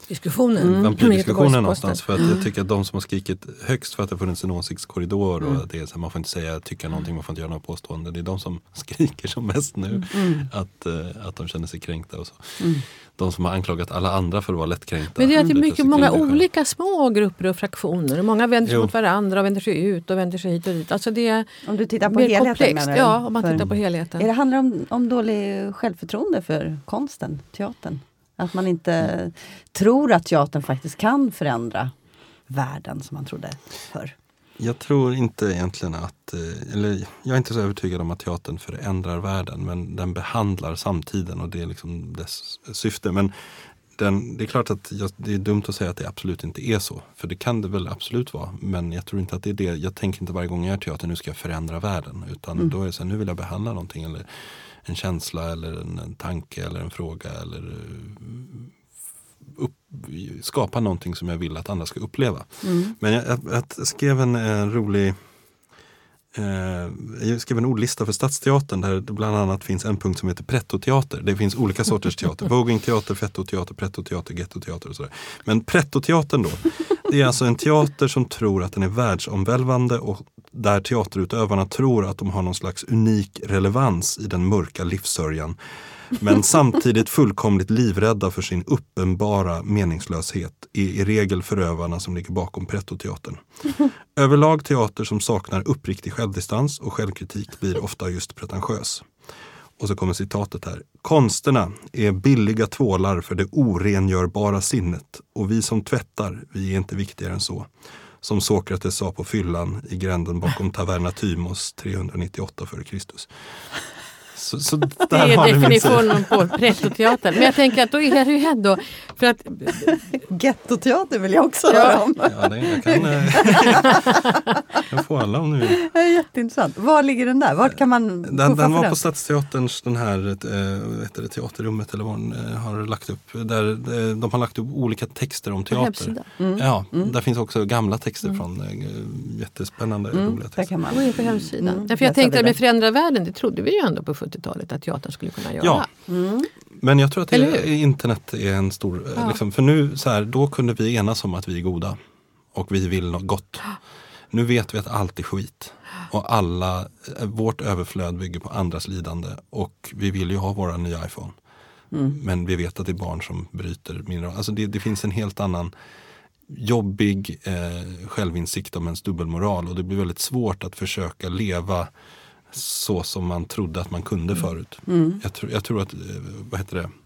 Vampyrdiskussionen. Mm. Vampyrdiskussionen någonstans. För att mm. jag tycker att de som har skrikit högst för att det har funnits en åsiktskorridor mm. och det är så här, man får inte säga, tycka någonting, man får inte göra några påståenden. Det är de som skriker som mest nu. Mm. Att, uh, att de känner sig kränkta och så. Mm. De som har anklagat alla andra för att vara lättkränkta. Men det är att det är mycket, många olika små grupper och fraktioner. Många vänder sig jo. mot varandra och vänder sig ut och vänder sig hit och dit. Alltså det är om du tittar på helheten komplext. Ja, om man för, tittar på helheten. Är det handlar om, om dålig självförtroende för konsten, teatern? Att man inte mm. tror att teatern faktiskt kan förändra världen som man trodde förr. Jag tror inte egentligen att, eller jag är inte så övertygad om att teatern förändrar världen, men den behandlar samtiden och det är liksom dess syfte. Men den, det är klart att jag, det är dumt att säga att det absolut inte är så, för det kan det väl absolut vara, men jag tror inte att det är det. Jag tänker inte varje gång jag gör teater, nu ska jag förändra världen, utan mm. då är det så här, nu vill jag behandla någonting eller en känsla eller en, en tanke eller en fråga eller upp, skapa någonting som jag vill att andra ska uppleva. Mm. Men jag, jag, jag skrev en, en rolig eh, jag skrev en ordlista för Stadsteatern där det bland annat finns en punkt som heter prettoteater. Det finns olika sorters teater. Vogingteater, fettoteater, prettoteater, gettoteater och sådär. Men prettoteatern då, det är alltså en teater som tror att den är världsomvälvande och där teaterutövarna tror att de har någon slags unik relevans i den mörka livssörjan. Men samtidigt fullkomligt livrädda för sin uppenbara meningslöshet är i regel förövarna som ligger bakom prettoteatern. Överlag teater som saknar uppriktig självdistans och självkritik blir ofta just pretentiös. Och så kommer citatet här. Konsterna är billiga tvålar för det orengörbara sinnet och vi som tvättar, vi är inte viktigare än så. Som Sokrates sa på fyllan i gränden bakom Taverna Thymos trehundranittioåtta före Kristus. Så, så där det är definitionen på prettoteater. Men jag tänker att då är det ju ändå för att gettoteater vill jag också ja. höra om. Ja, det, jag kan jag får alla om nu. Det är jätteintressant. Var ligger den där? Vart kan man den, den var den? På Stadsteaterns den här äh, vet det, teaterrummet eller vad hon äh, har lagt upp. Där äh, de har lagt upp olika texter om teater. Mm. Ja, mm. där finns också gamla texter mm. från äh, jättespännande mm. roliga texter. Där kan man gå in på hemsidan. Mm. Därför jag tänkte att med förändra världen, det trodde vi ju ändå på sjuttiotalet att teatern skulle kunna göra. Ja, mm. men jag tror att det, internet är en stor... Ja. Liksom, för nu, så här, då kunde vi enas om att vi är goda. Och vi vill något gott. Nu vet vi att allt är skit. Och alla, vårt överflöd bygger på andras lidande. Och vi vill ju ha våra nya iPhone. Mm. Men vi vet att det är barn som bryter mineral. Alltså det, det finns en helt annan jobbig eh, självinsikt om ens dubbelmoral. Och det blir väldigt svårt att försöka leva så som man trodde att man kunde förut. Mm. Jag, tror, jag tror att, vad heter det,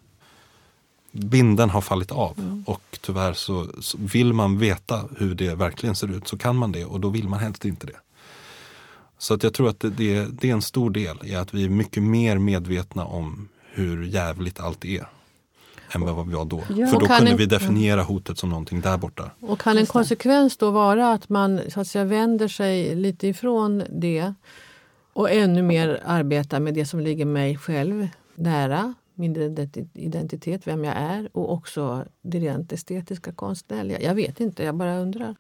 binden har fallit av. Mm. Och tyvärr så, så vill man veta hur det verkligen ser ut så kan man det och då vill man helst inte det. Så att jag tror att det, det, det är en stor del i att vi är mycket mer medvetna om hur jävligt allt är än vad vi var då. Ja. För då kunde en, vi definiera hotet som någonting där borta. Och kan en konsekvens då vara att man så att säga vänder sig lite ifrån det och ännu mer arbetar med det som ligger mig själv nära, min identitet, vem jag är och också det rent estetiska konstnärliga. Jag vet inte, jag bara undrar.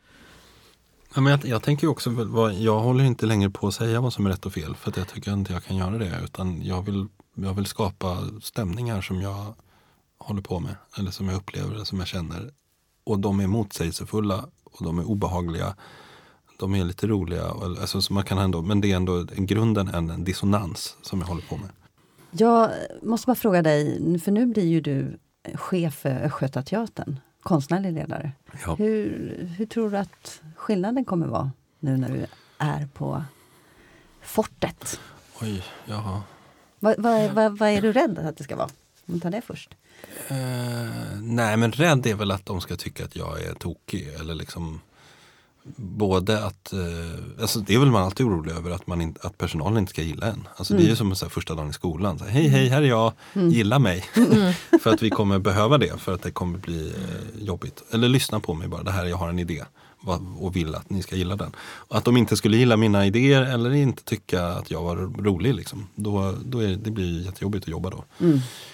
Ja, men jag, jag tänker också, jag håller inte längre på att säga vad som är rätt och fel för att jag tycker inte jag kan göra det utan jag vill, jag vill skapa stämningar som jag håller på med eller som jag upplever, som jag känner och de är motsägelsefulla och de är obehagliga. De är lite roliga, alltså, så man kan ändå, men det är ändå i grunden en dissonans som jag håller på med. Jag måste bara fråga dig, för nu blir ju du chef för Östgötateatern, konstnärlig ledare. Ja. Hur, hur tror du att skillnaden kommer vara nu när du är på fortet? Oj, jaha. Vad, vad, vad, vad är du rädd att det ska vara? Om tar det först. Uh, nej, men rädd är väl att de ska tycka att jag är tokig eller liksom både att, eh, alltså det är väl man alltid orolig över att, man in, att personalen inte ska gilla en. Alltså mm. det är ju som så här, första dagen i skolan. Så här, hej hej, här är jag, mm. gilla mig. Mm. För att vi kommer behöva det, för att det kommer bli eh, jobbigt. Eller lyssna på mig bara, det här jag har en idé och vill att ni ska gilla den. Och att de inte skulle gilla mina idéer eller inte tycka att jag var rolig liksom. Då, då är, det blir jättejobbigt att jobba då. Mm.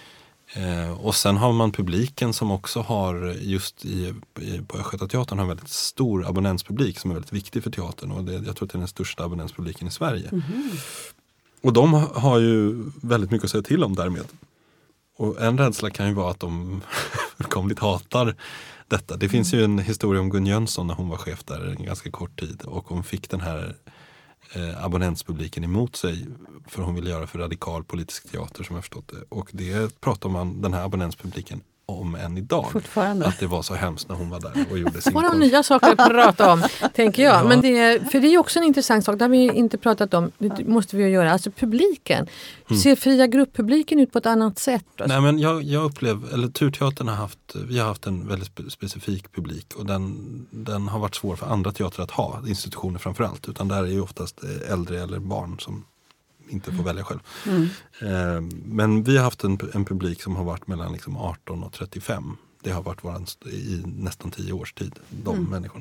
Eh, och sen har man publiken som också har just i, i, på Östgötateatern har en väldigt stor abonnentspublik som är väldigt viktig för teatern och det, jag tror att det är den största abonnentspubliken i Sverige. Mm-hmm. Och de har ju väldigt mycket att säga till om därmed. Och en rädsla kan ju vara att de fullkomligt hatar detta. Det finns ju en historia om Gun Jönsson när hon var chef där en ganska kort tid och hon fick den här eh, abonnentspubliken emot sig för hon ville göra för radikal politisk teater som jag förstått det. Och det pratar man den här abonnentspubliken om än idag. Fortfarande. Att det var så hemskt när hon var där och gjorde sin Vad de konst. nya saker att prata om, tänker jag. Ja. Men det är, för det är också en intressant sak, det har vi inte pratat om, det måste vi ju göra. Alltså publiken. Mm. Ser fria grupppubliken ut på ett annat sätt? Nej, men jag, jag upplever, eller Turteatern har haft, vi har haft en väldigt spe, specifik publik och den, den har varit svår för andra teatrar att ha, institutioner framförallt. Utan där är ju oftast äldre eller barn som inte får välja själv. Mm. Eh, men vi har haft en, en publik som har varit mellan liksom arton och trettiofem. Det har varit våran, i nästan tio års tid, de Mm. människorna.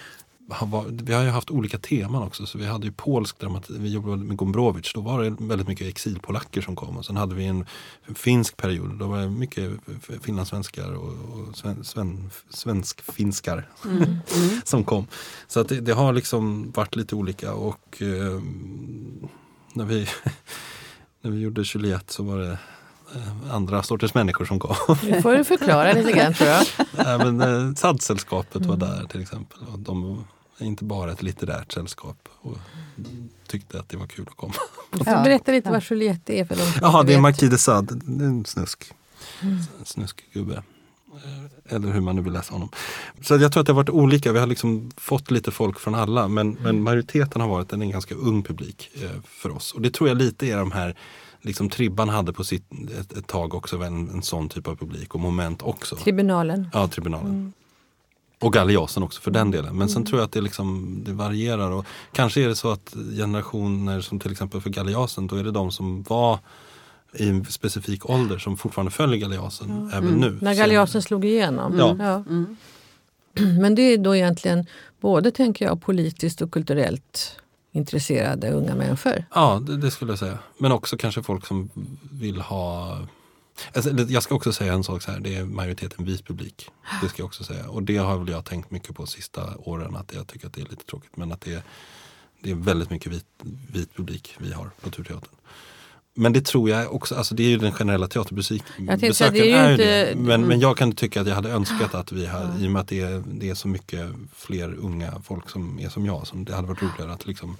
Vi har ju haft olika teman också. Så vi hade ju polsk dramatik, vi jobbade med Gombrowicz. Då var det väldigt mycket exilpolacker som kom. Och sen hade vi en finsk period. Då var det mycket finlandssvenskar och, och sven, sven, svensk-finskar Mm. Mm. som kom. Så att det, det har liksom varit lite olika. Och eh, när, vi, när vi gjorde Juliette så var det andra sorters människor som kom. Nu får du förklara lite grann, tror jag. Även eh, Saddsällskapet var Mm. där till exempel. Och de är inte bara ett litterärt sällskap. Och tyckte att det var kul att komma. Du får berätta lite vad Juliette är för de som Jaha, inte det är vet. Marquis de Sade. Det är en snusk. Mm. En snuskgubbe. Eh, Eller hur man nu vill läsa honom. Så jag tror att det har varit olika. Vi har liksom fått lite folk från alla. Men, Mm. men majoriteten har varit en, en ganska ung publik eh, för oss. Och det tror jag lite är de här liksom Tribban hade på sitt, ett, ett tag också en, en sån typ av publik och moment också. Tribunalen. Ja, Tribunalen. Mm. Och Galeasen också för den delen. Men sen tror jag att det, liksom, det varierar. Och kanske är det så att generationer som till exempel för Galeasen, då är det de som var i en specifik ålder som fortfarande följer Galeasen Mm. även Mm. nu. När Galeasen slog igenom. Ja. Ja. Mm. Men det är då egentligen både, tänker jag, politiskt och kulturellt intresserade unga människor. Ja, det, det skulle jag säga. Men också kanske folk som vill ha... Alltså, jag ska också säga en sak så här, det är majoriteten vit publik. Det ska jag också säga. Och det har väl jag tänkt mycket på de sista åren, att jag tycker att det är lite tråkigt. Men att det är, det är väldigt mycket vit, vit publik vi har på Turteatern. Men det tror jag också, alltså det är ju den generella teaterbesöken. Jag säga, det är ju är inte... det. Men, men jag kan tycka att jag hade önskat att vi har, i och med att det är, det är så mycket fler unga folk som är som jag, som det hade varit roligare att liksom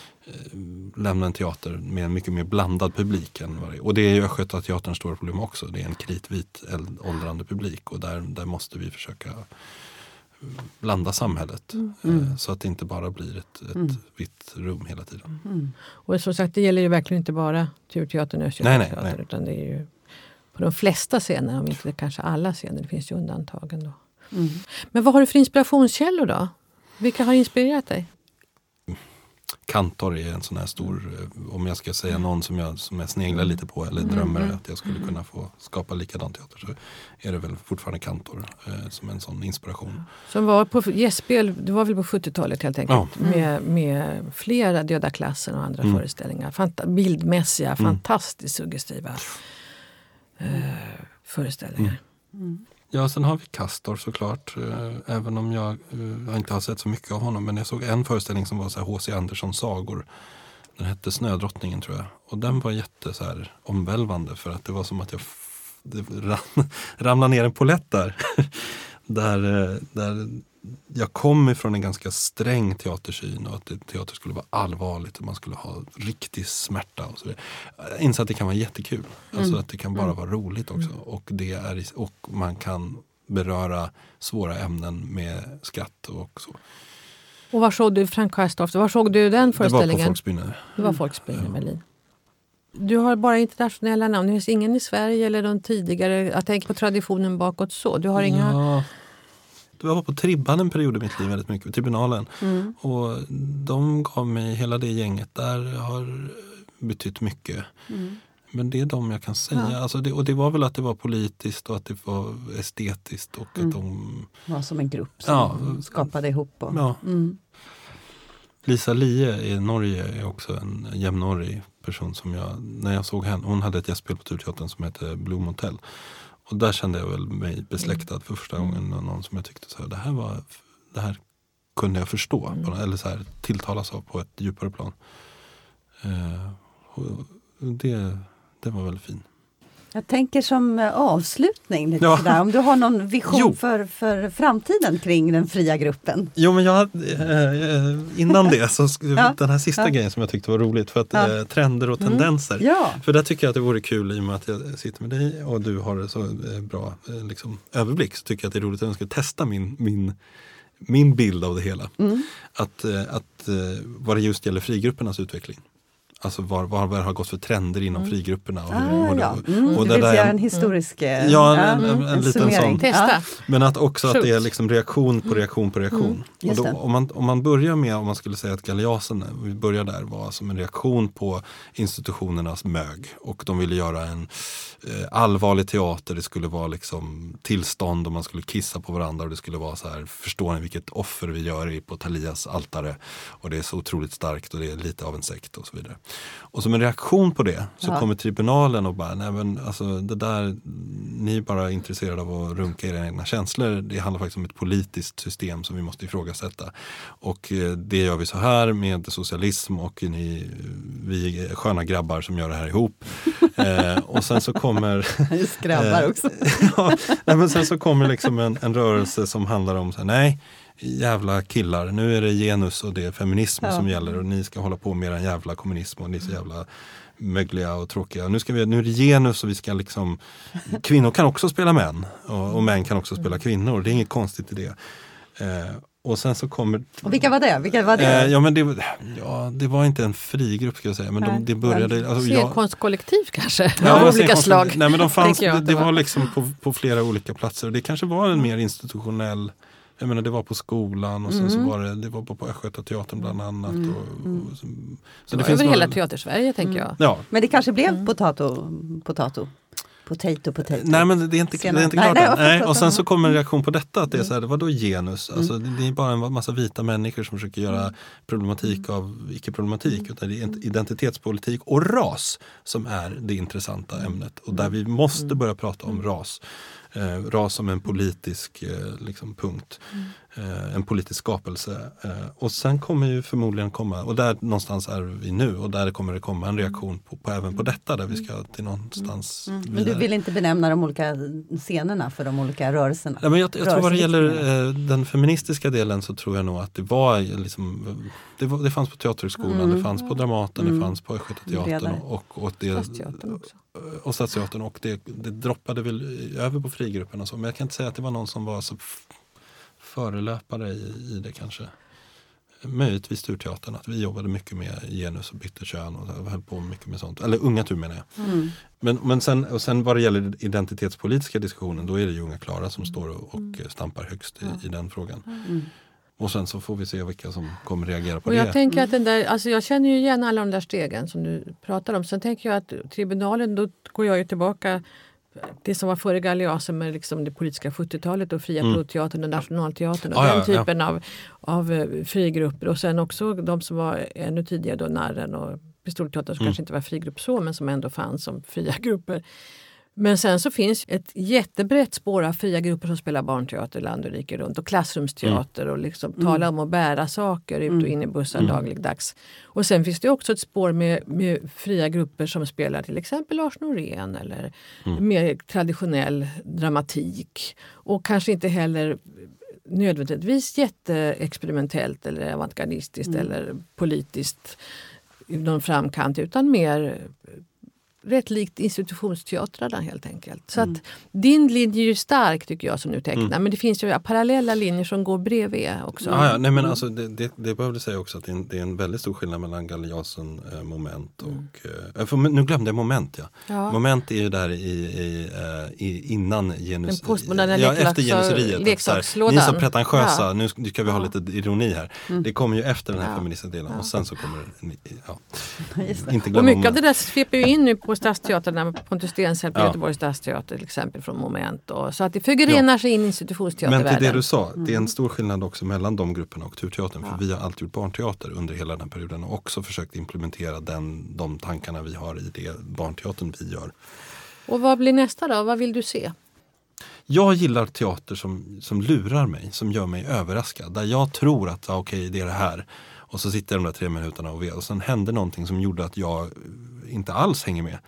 lämna en teater med en mycket mer blandad publik än vad det är. Och det är ju Östgötateaterns stora problem också. Det är en kritvit åldrande publik och där, där måste vi försöka blanda samhället. Mm. Så att det inte bara blir ett, ett Mm. vitt rum hela tiden. Mm. Och som sagt, det gäller ju verkligen inte bara Turteatern och Östgötateatern, Nej, nej, nej. utan det är ju på de flesta scener, om inte kanske alla scener, det finns ju undantagen då. Mm. Men vad har du för inspirationskällor då? Vilka har inspirerat dig? Kantor är en sån här stor, om jag ska säga någon som jag, som jag sneglar lite på eller drömmer Mm. att jag skulle kunna få skapa likadan teater, så är det väl fortfarande Kantor eh, som en sån inspiration. Som var på gästspel, det var väl på sjuttiotalet helt enkelt, Ja. med, med flera Döda klassen och andra Mm. föreställningar. Fanta- bildmässiga, Mm. fantastiskt suggestiva eh, föreställningar. Mm. Ja, sen har vi Castor såklart, eh, även om jag eh, inte har sett så mycket av honom. Men jag såg en föreställning som var så här H C Anderssons sagor. Den hette Snödrottningen, tror jag. Och den var jätte så här omvälvande, för att det var som att jag f- det ram, ramlade ner en polett där. där, eh, där jag kom ifrån en ganska sträng teatersyn och att det, teater skulle vara allvarligt och man skulle ha riktig smärta och så vidare. Jag inser att det kan vara jättekul. Alltså Mm. att det kan bara Mm. vara roligt också. Och, det är, i- och man kan beröra svåra ämnen med skratt och så. Och var såg du Frank Karstoff? Var såg du den Det var på föreställningen? Folksbyn. Det var Folksbyn i Berlin. Du har bara internationella namn. Det finns ingen i Sverige eller de tidigare. Jag tänker på traditionen bakåt så. Du har inga... Ja, det var på Tribban en period i mitt liv väldigt mycket, Tribunalen. Mm. Och de gav mig, hela det gänget där har betytt mycket. Mm. Men det är de jag kan säga. Ja. Alltså det, och det var väl att det var politiskt och att det var estetiskt. Och Mm. att de, Var som en grupp som Ja. skapade ihop. Och, ja. mm. Lisa Lie i Norge är också en jämnårig person som jag, när jag såg henne, hon hade ett gästspel på Turteatern som heter Blue Motel. Och där kände jag väl mig besläktad för första gången med någon som jag tyckte så här, det här var, det här kunde jag förstå. Mm. Eller så här, tilltalas av på ett djupare plan. Eh, och det, det var väldigt fint. Jag tänker som avslutning lite Ja. sådär, om du har någon vision Jo. för, för framtiden kring den fria gruppen. Jo, men jag, eh, innan det så sk- Ja. den här sista Ja. grejen som jag tyckte var roligt för att Ja. eh, trender och tendenser. Ja. För där tycker jag att det vore kul i och med att jag sitter med dig och du har så eh, bra eh, liksom, överblick, så tycker jag att det är roligt att jag ska testa min, min, min bild av det hela. Mm. Att, eh, att eh, vad det just gäller frigruppernas utveckling. Alltså vad, vad, vad det har gått för trender inom frigrupperna. Och hur, Ah, och det- ja. mm. och Du det vill där- göra en historisk eh, Ja, en- en- en liten summering. sån. Testa. Ja. Men att också att det är Shoot. liksom reaktion på reaktion på reaktion. Och just då, det. om, man, om man börjar med, om man skulle säga att Galeasen, vi börjar där, var som en reaktion på institutionernas mög. Och de ville göra en eh, allvarlig teater, det skulle vara liksom tillstånd och man skulle kissa på varandra och det skulle vara så här, förstår ni vilket offer vi gör i på Thalias altare. Och det är så otroligt starkt och det är lite av en sekt och så vidare. Och som en reaktion på det så Ja. kommer tribunalen och bara, nej men alltså det där, ni är bara intresserade av att runka era egna känslor. Det handlar faktiskt om ett politiskt system som vi måste ifrågasätta. Och eh, det gör vi så här med socialism och ni, vi är sköna grabbar som gör det här ihop. eh, och sen så kommer Just grabbar Eh, också. ja, nej, men sen så kommer liksom en, en rörelse som handlar om så här, nej, jävla killar, nu är det genus och det är feminism Ja. som gäller och ni ska hålla på med en jävla kommunism och ni är så jävla mögliga och tråkiga. Nu, ska vi, nu är det genus och vi ska liksom, kvinnor kan också spela män och, och män kan också spela kvinnor, det är inget konstigt i det. Eh, och sen så kommer... Och vilka var det? Vilka var det? Eh, ja, men det, ja, det var inte en frigrupp ska jag säga, men de, Nej. det började... Alltså, jag, Scenkonstkollektiv kanske, Ja, av vad olika säger slag. konst- Nej, men de fanns, tänker jag det, att det det var var. liksom på, på flera olika platser. Och det kanske var en mer institutionell, jag menar det var på skolan och sen så var det, det var på, på Östgötateatern bland annat. Och, och, så, så det finns Över hela några- Teatersverige tänker jag. Ja, Men det kanske blev potato, potato, potato, potato. nej men det är inte, det är inte Nej, klart nej, än. jag Nej, förstår. och sen så kommer en reaktion på detta att det är så här, vadå genus? Alltså, det, det är bara en massa vita människor som försöker göra problematik av icke-problematik. Utan det är identitetspolitik och ras som är det intressanta ämnet. Och där vi måste börja prata om ras. Eh, ras som en politisk eh, liksom, punkt. Eh, en politisk skapelse. Eh, och sen kommer ju förmodligen komma, och där någonstans är vi nu, och där kommer det komma en reaktion på, på, även på detta där vi ska till någonstans Men du vidare. vill inte benämna de olika scenerna för de olika rörelserna? Ja, men jag, jag tror vad det gäller Rörelseriktningarna. eh, den feministiska delen så tror jag nog att det var liksom, det, var, det fanns på Teaterhögskolan, det fanns på Dramaten, det fanns på Östgötateatern Bredare. och, och, det, Stadsteatern också. och Stadsteatern och det, det droppade väl över på frigrupperna och så, men jag kan inte säga att det var någon som var så f- förelöpare i, i det kanske. Möjligtvis Turteatern, att vi jobbade mycket med genus och bytte kön och så, höll på mycket med sånt. Eller unga tur menar jag. Mm. Men, men sen, och sen vad det gäller identitetspolitiska diskussionen, då är det ju Unga Klara som står och, och stampar högst i, i den frågan. Mm. Och sen så får vi se vilka som kommer reagera på Och jag det. tänker att den där, alltså jag känner ju igen alla de där stegen som du pratar om. Sen tänker jag att tribunalen, då går jag ju tillbaka det som var före Galeasen med liksom det politiska sjuttiotalet och Fria Mm. Proteatern och Nationalteatern och Ah, den ja, ja. typen av, av eh, frigrupper. Och sen också de som var ännu tidigare då, Narren och Pistolteatern som Mm. kanske inte var frigrupp så, men som ändå fanns som fria grupper. Men sen så finns ett jättebrett spår av fria grupper som spelar barnteater land och rike runt och klassrumsteater och liksom talar om att bära saker ut och in i bussar Mm. dagligdags. Och sen finns det också ett spår med, med fria grupper som spelar till exempel Lars Norén eller Mm. mer traditionell dramatik. Och kanske inte heller nödvändigtvis jätteexperimentellt eller avantgardistiskt eller politiskt i någon framkant utan mer rätt likt institutionsteatrarna helt enkelt. Så Mm. att din linje är ju stark tycker jag som nu tecknar. Mm. Men det finns ju parallella linjer som går bredvid också. Ja, ja, nej men alltså det, det, det behövde säga också att det är, en, det är en väldigt stor skillnad mellan Galeasen eh, moment och... Eh, för, nu glömde jag moment ja. Ja. Moment är ju där i, i, eh, i innan genus... Den postmoderna ja, leklaks- efter genuseriet. Att så här, leksakslådan. ni är så pretentiösa, Ja. nu ska- nu ska vi ha Ja. lite ironi här. Det kommer ju efter den här Ja. feministiska delen och sen så kommer det... Ja, Just det. inte Och glömma mycket av moment. det där sveper ju in nu på Stadsteatern, Pontus Stenshäll på Ja. Göteborgs stadsteater till exempel från Moment. Och, så att det förgrenar sig in i Men institutionsteatervärlden. till det du sa, det är en stor skillnad också mellan de grupperna och Turteatern. För vi har alltid gjort barnteater under hela den perioden och också försökt implementera den, de tankarna vi har i det barnteatern vi gör. Och vad blir nästa då? Vad vill du se? Jag gillar teater som, som lurar mig, som gör mig överraskad. Där jag tror att ah, okej, det är det här. Och så sitter jag de där tre minuterna och vet. Och sen händer någonting som gjorde att jag inte alls hänger med.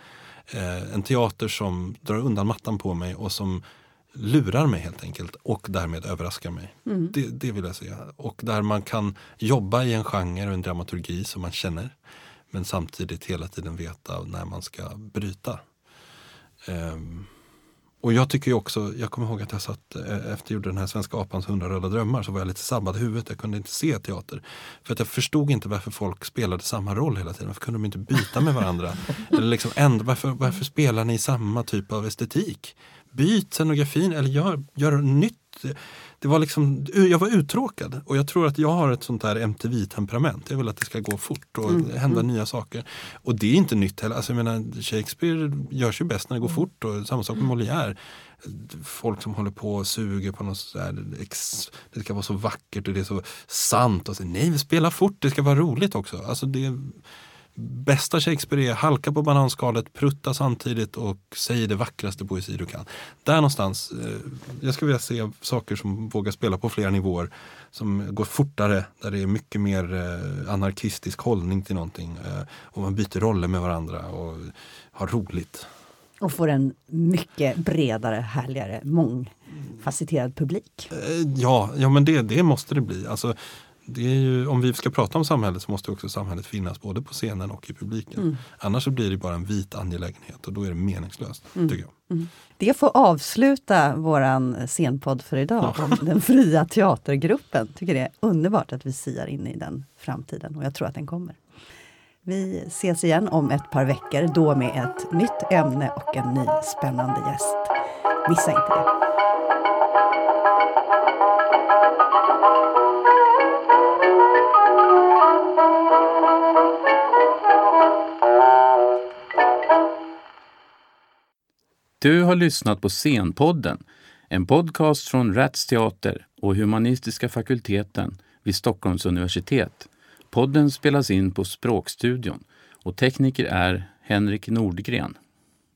Eh, en teater som drar undan mattan på mig och som lurar mig helt enkelt och därmed överraskar mig. Mm. Det, det vill jag säga. Och där man kan jobba i en genre och en dramaturgi som man känner, men samtidigt hela tiden veta när man ska bryta. Um, och jag tycker ju också, jag kommer ihåg att jag satt efter jag gjorde den här Svenska apans hundra röda drömmar, så var jag lite sabbad i huvudet. Jag kunde inte se teater. För att jag förstod inte varför folk spelade samma roll hela tiden. Varför kunde de inte byta med varandra? Eller liksom ändå, varför, varför spelar ni samma typ av estetik? Byt scenografin eller gör, gör nytt. Det var liksom, jag var uttråkad och jag tror att jag har ett sånt här M T V-temperament. Jag vill att det ska gå fort och mm. hända mm. nya saker. Och det är inte nytt heller. Alltså jag menar, Shakespeare görs ju bäst när det går fort och samma sak med Molière. Folk som håller på och suger på något så här, det ska vara så vackert och det är så sant och så, nej, vi spelar fort, det ska vara roligt också. Alltså det bästa Shakespeare är halka på bananskalet, prutta samtidigt och säg det vackraste poesi du kan. Där någonstans, eh, jag skulle vilja se saker som vågar spela på flera nivåer, som går fortare, där det är mycket mer eh, anarkistisk hållning till någonting eh, och man byter roller med varandra och har roligt. Och får en mycket bredare, härligare, mångfacetterad publik. Eh, ja, ja, men det, det måste det bli. Alltså det är ju, om vi ska prata om samhället så måste också samhället finnas både på scenen och i publiken. Mm. Annars så blir det bara en vit angelägenhet och då är det meningslöst, mm. tycker jag. Mm. Det får avsluta våran scenpodd för idag Ja. om den fria teatergruppen. Tycker det är underbart att vi siar in i den framtiden och jag tror att den kommer. Vi ses igen om ett par veckor, då med ett nytt ämne och en ny spännande gäst. Missa inte det. Du har lyssnat på Scenpodden, en podcast från Rats Teater och Humanistiska fakulteten vid Stockholms universitet. Podden spelas in på Språkstudion och tekniker är Henrik Nordgren.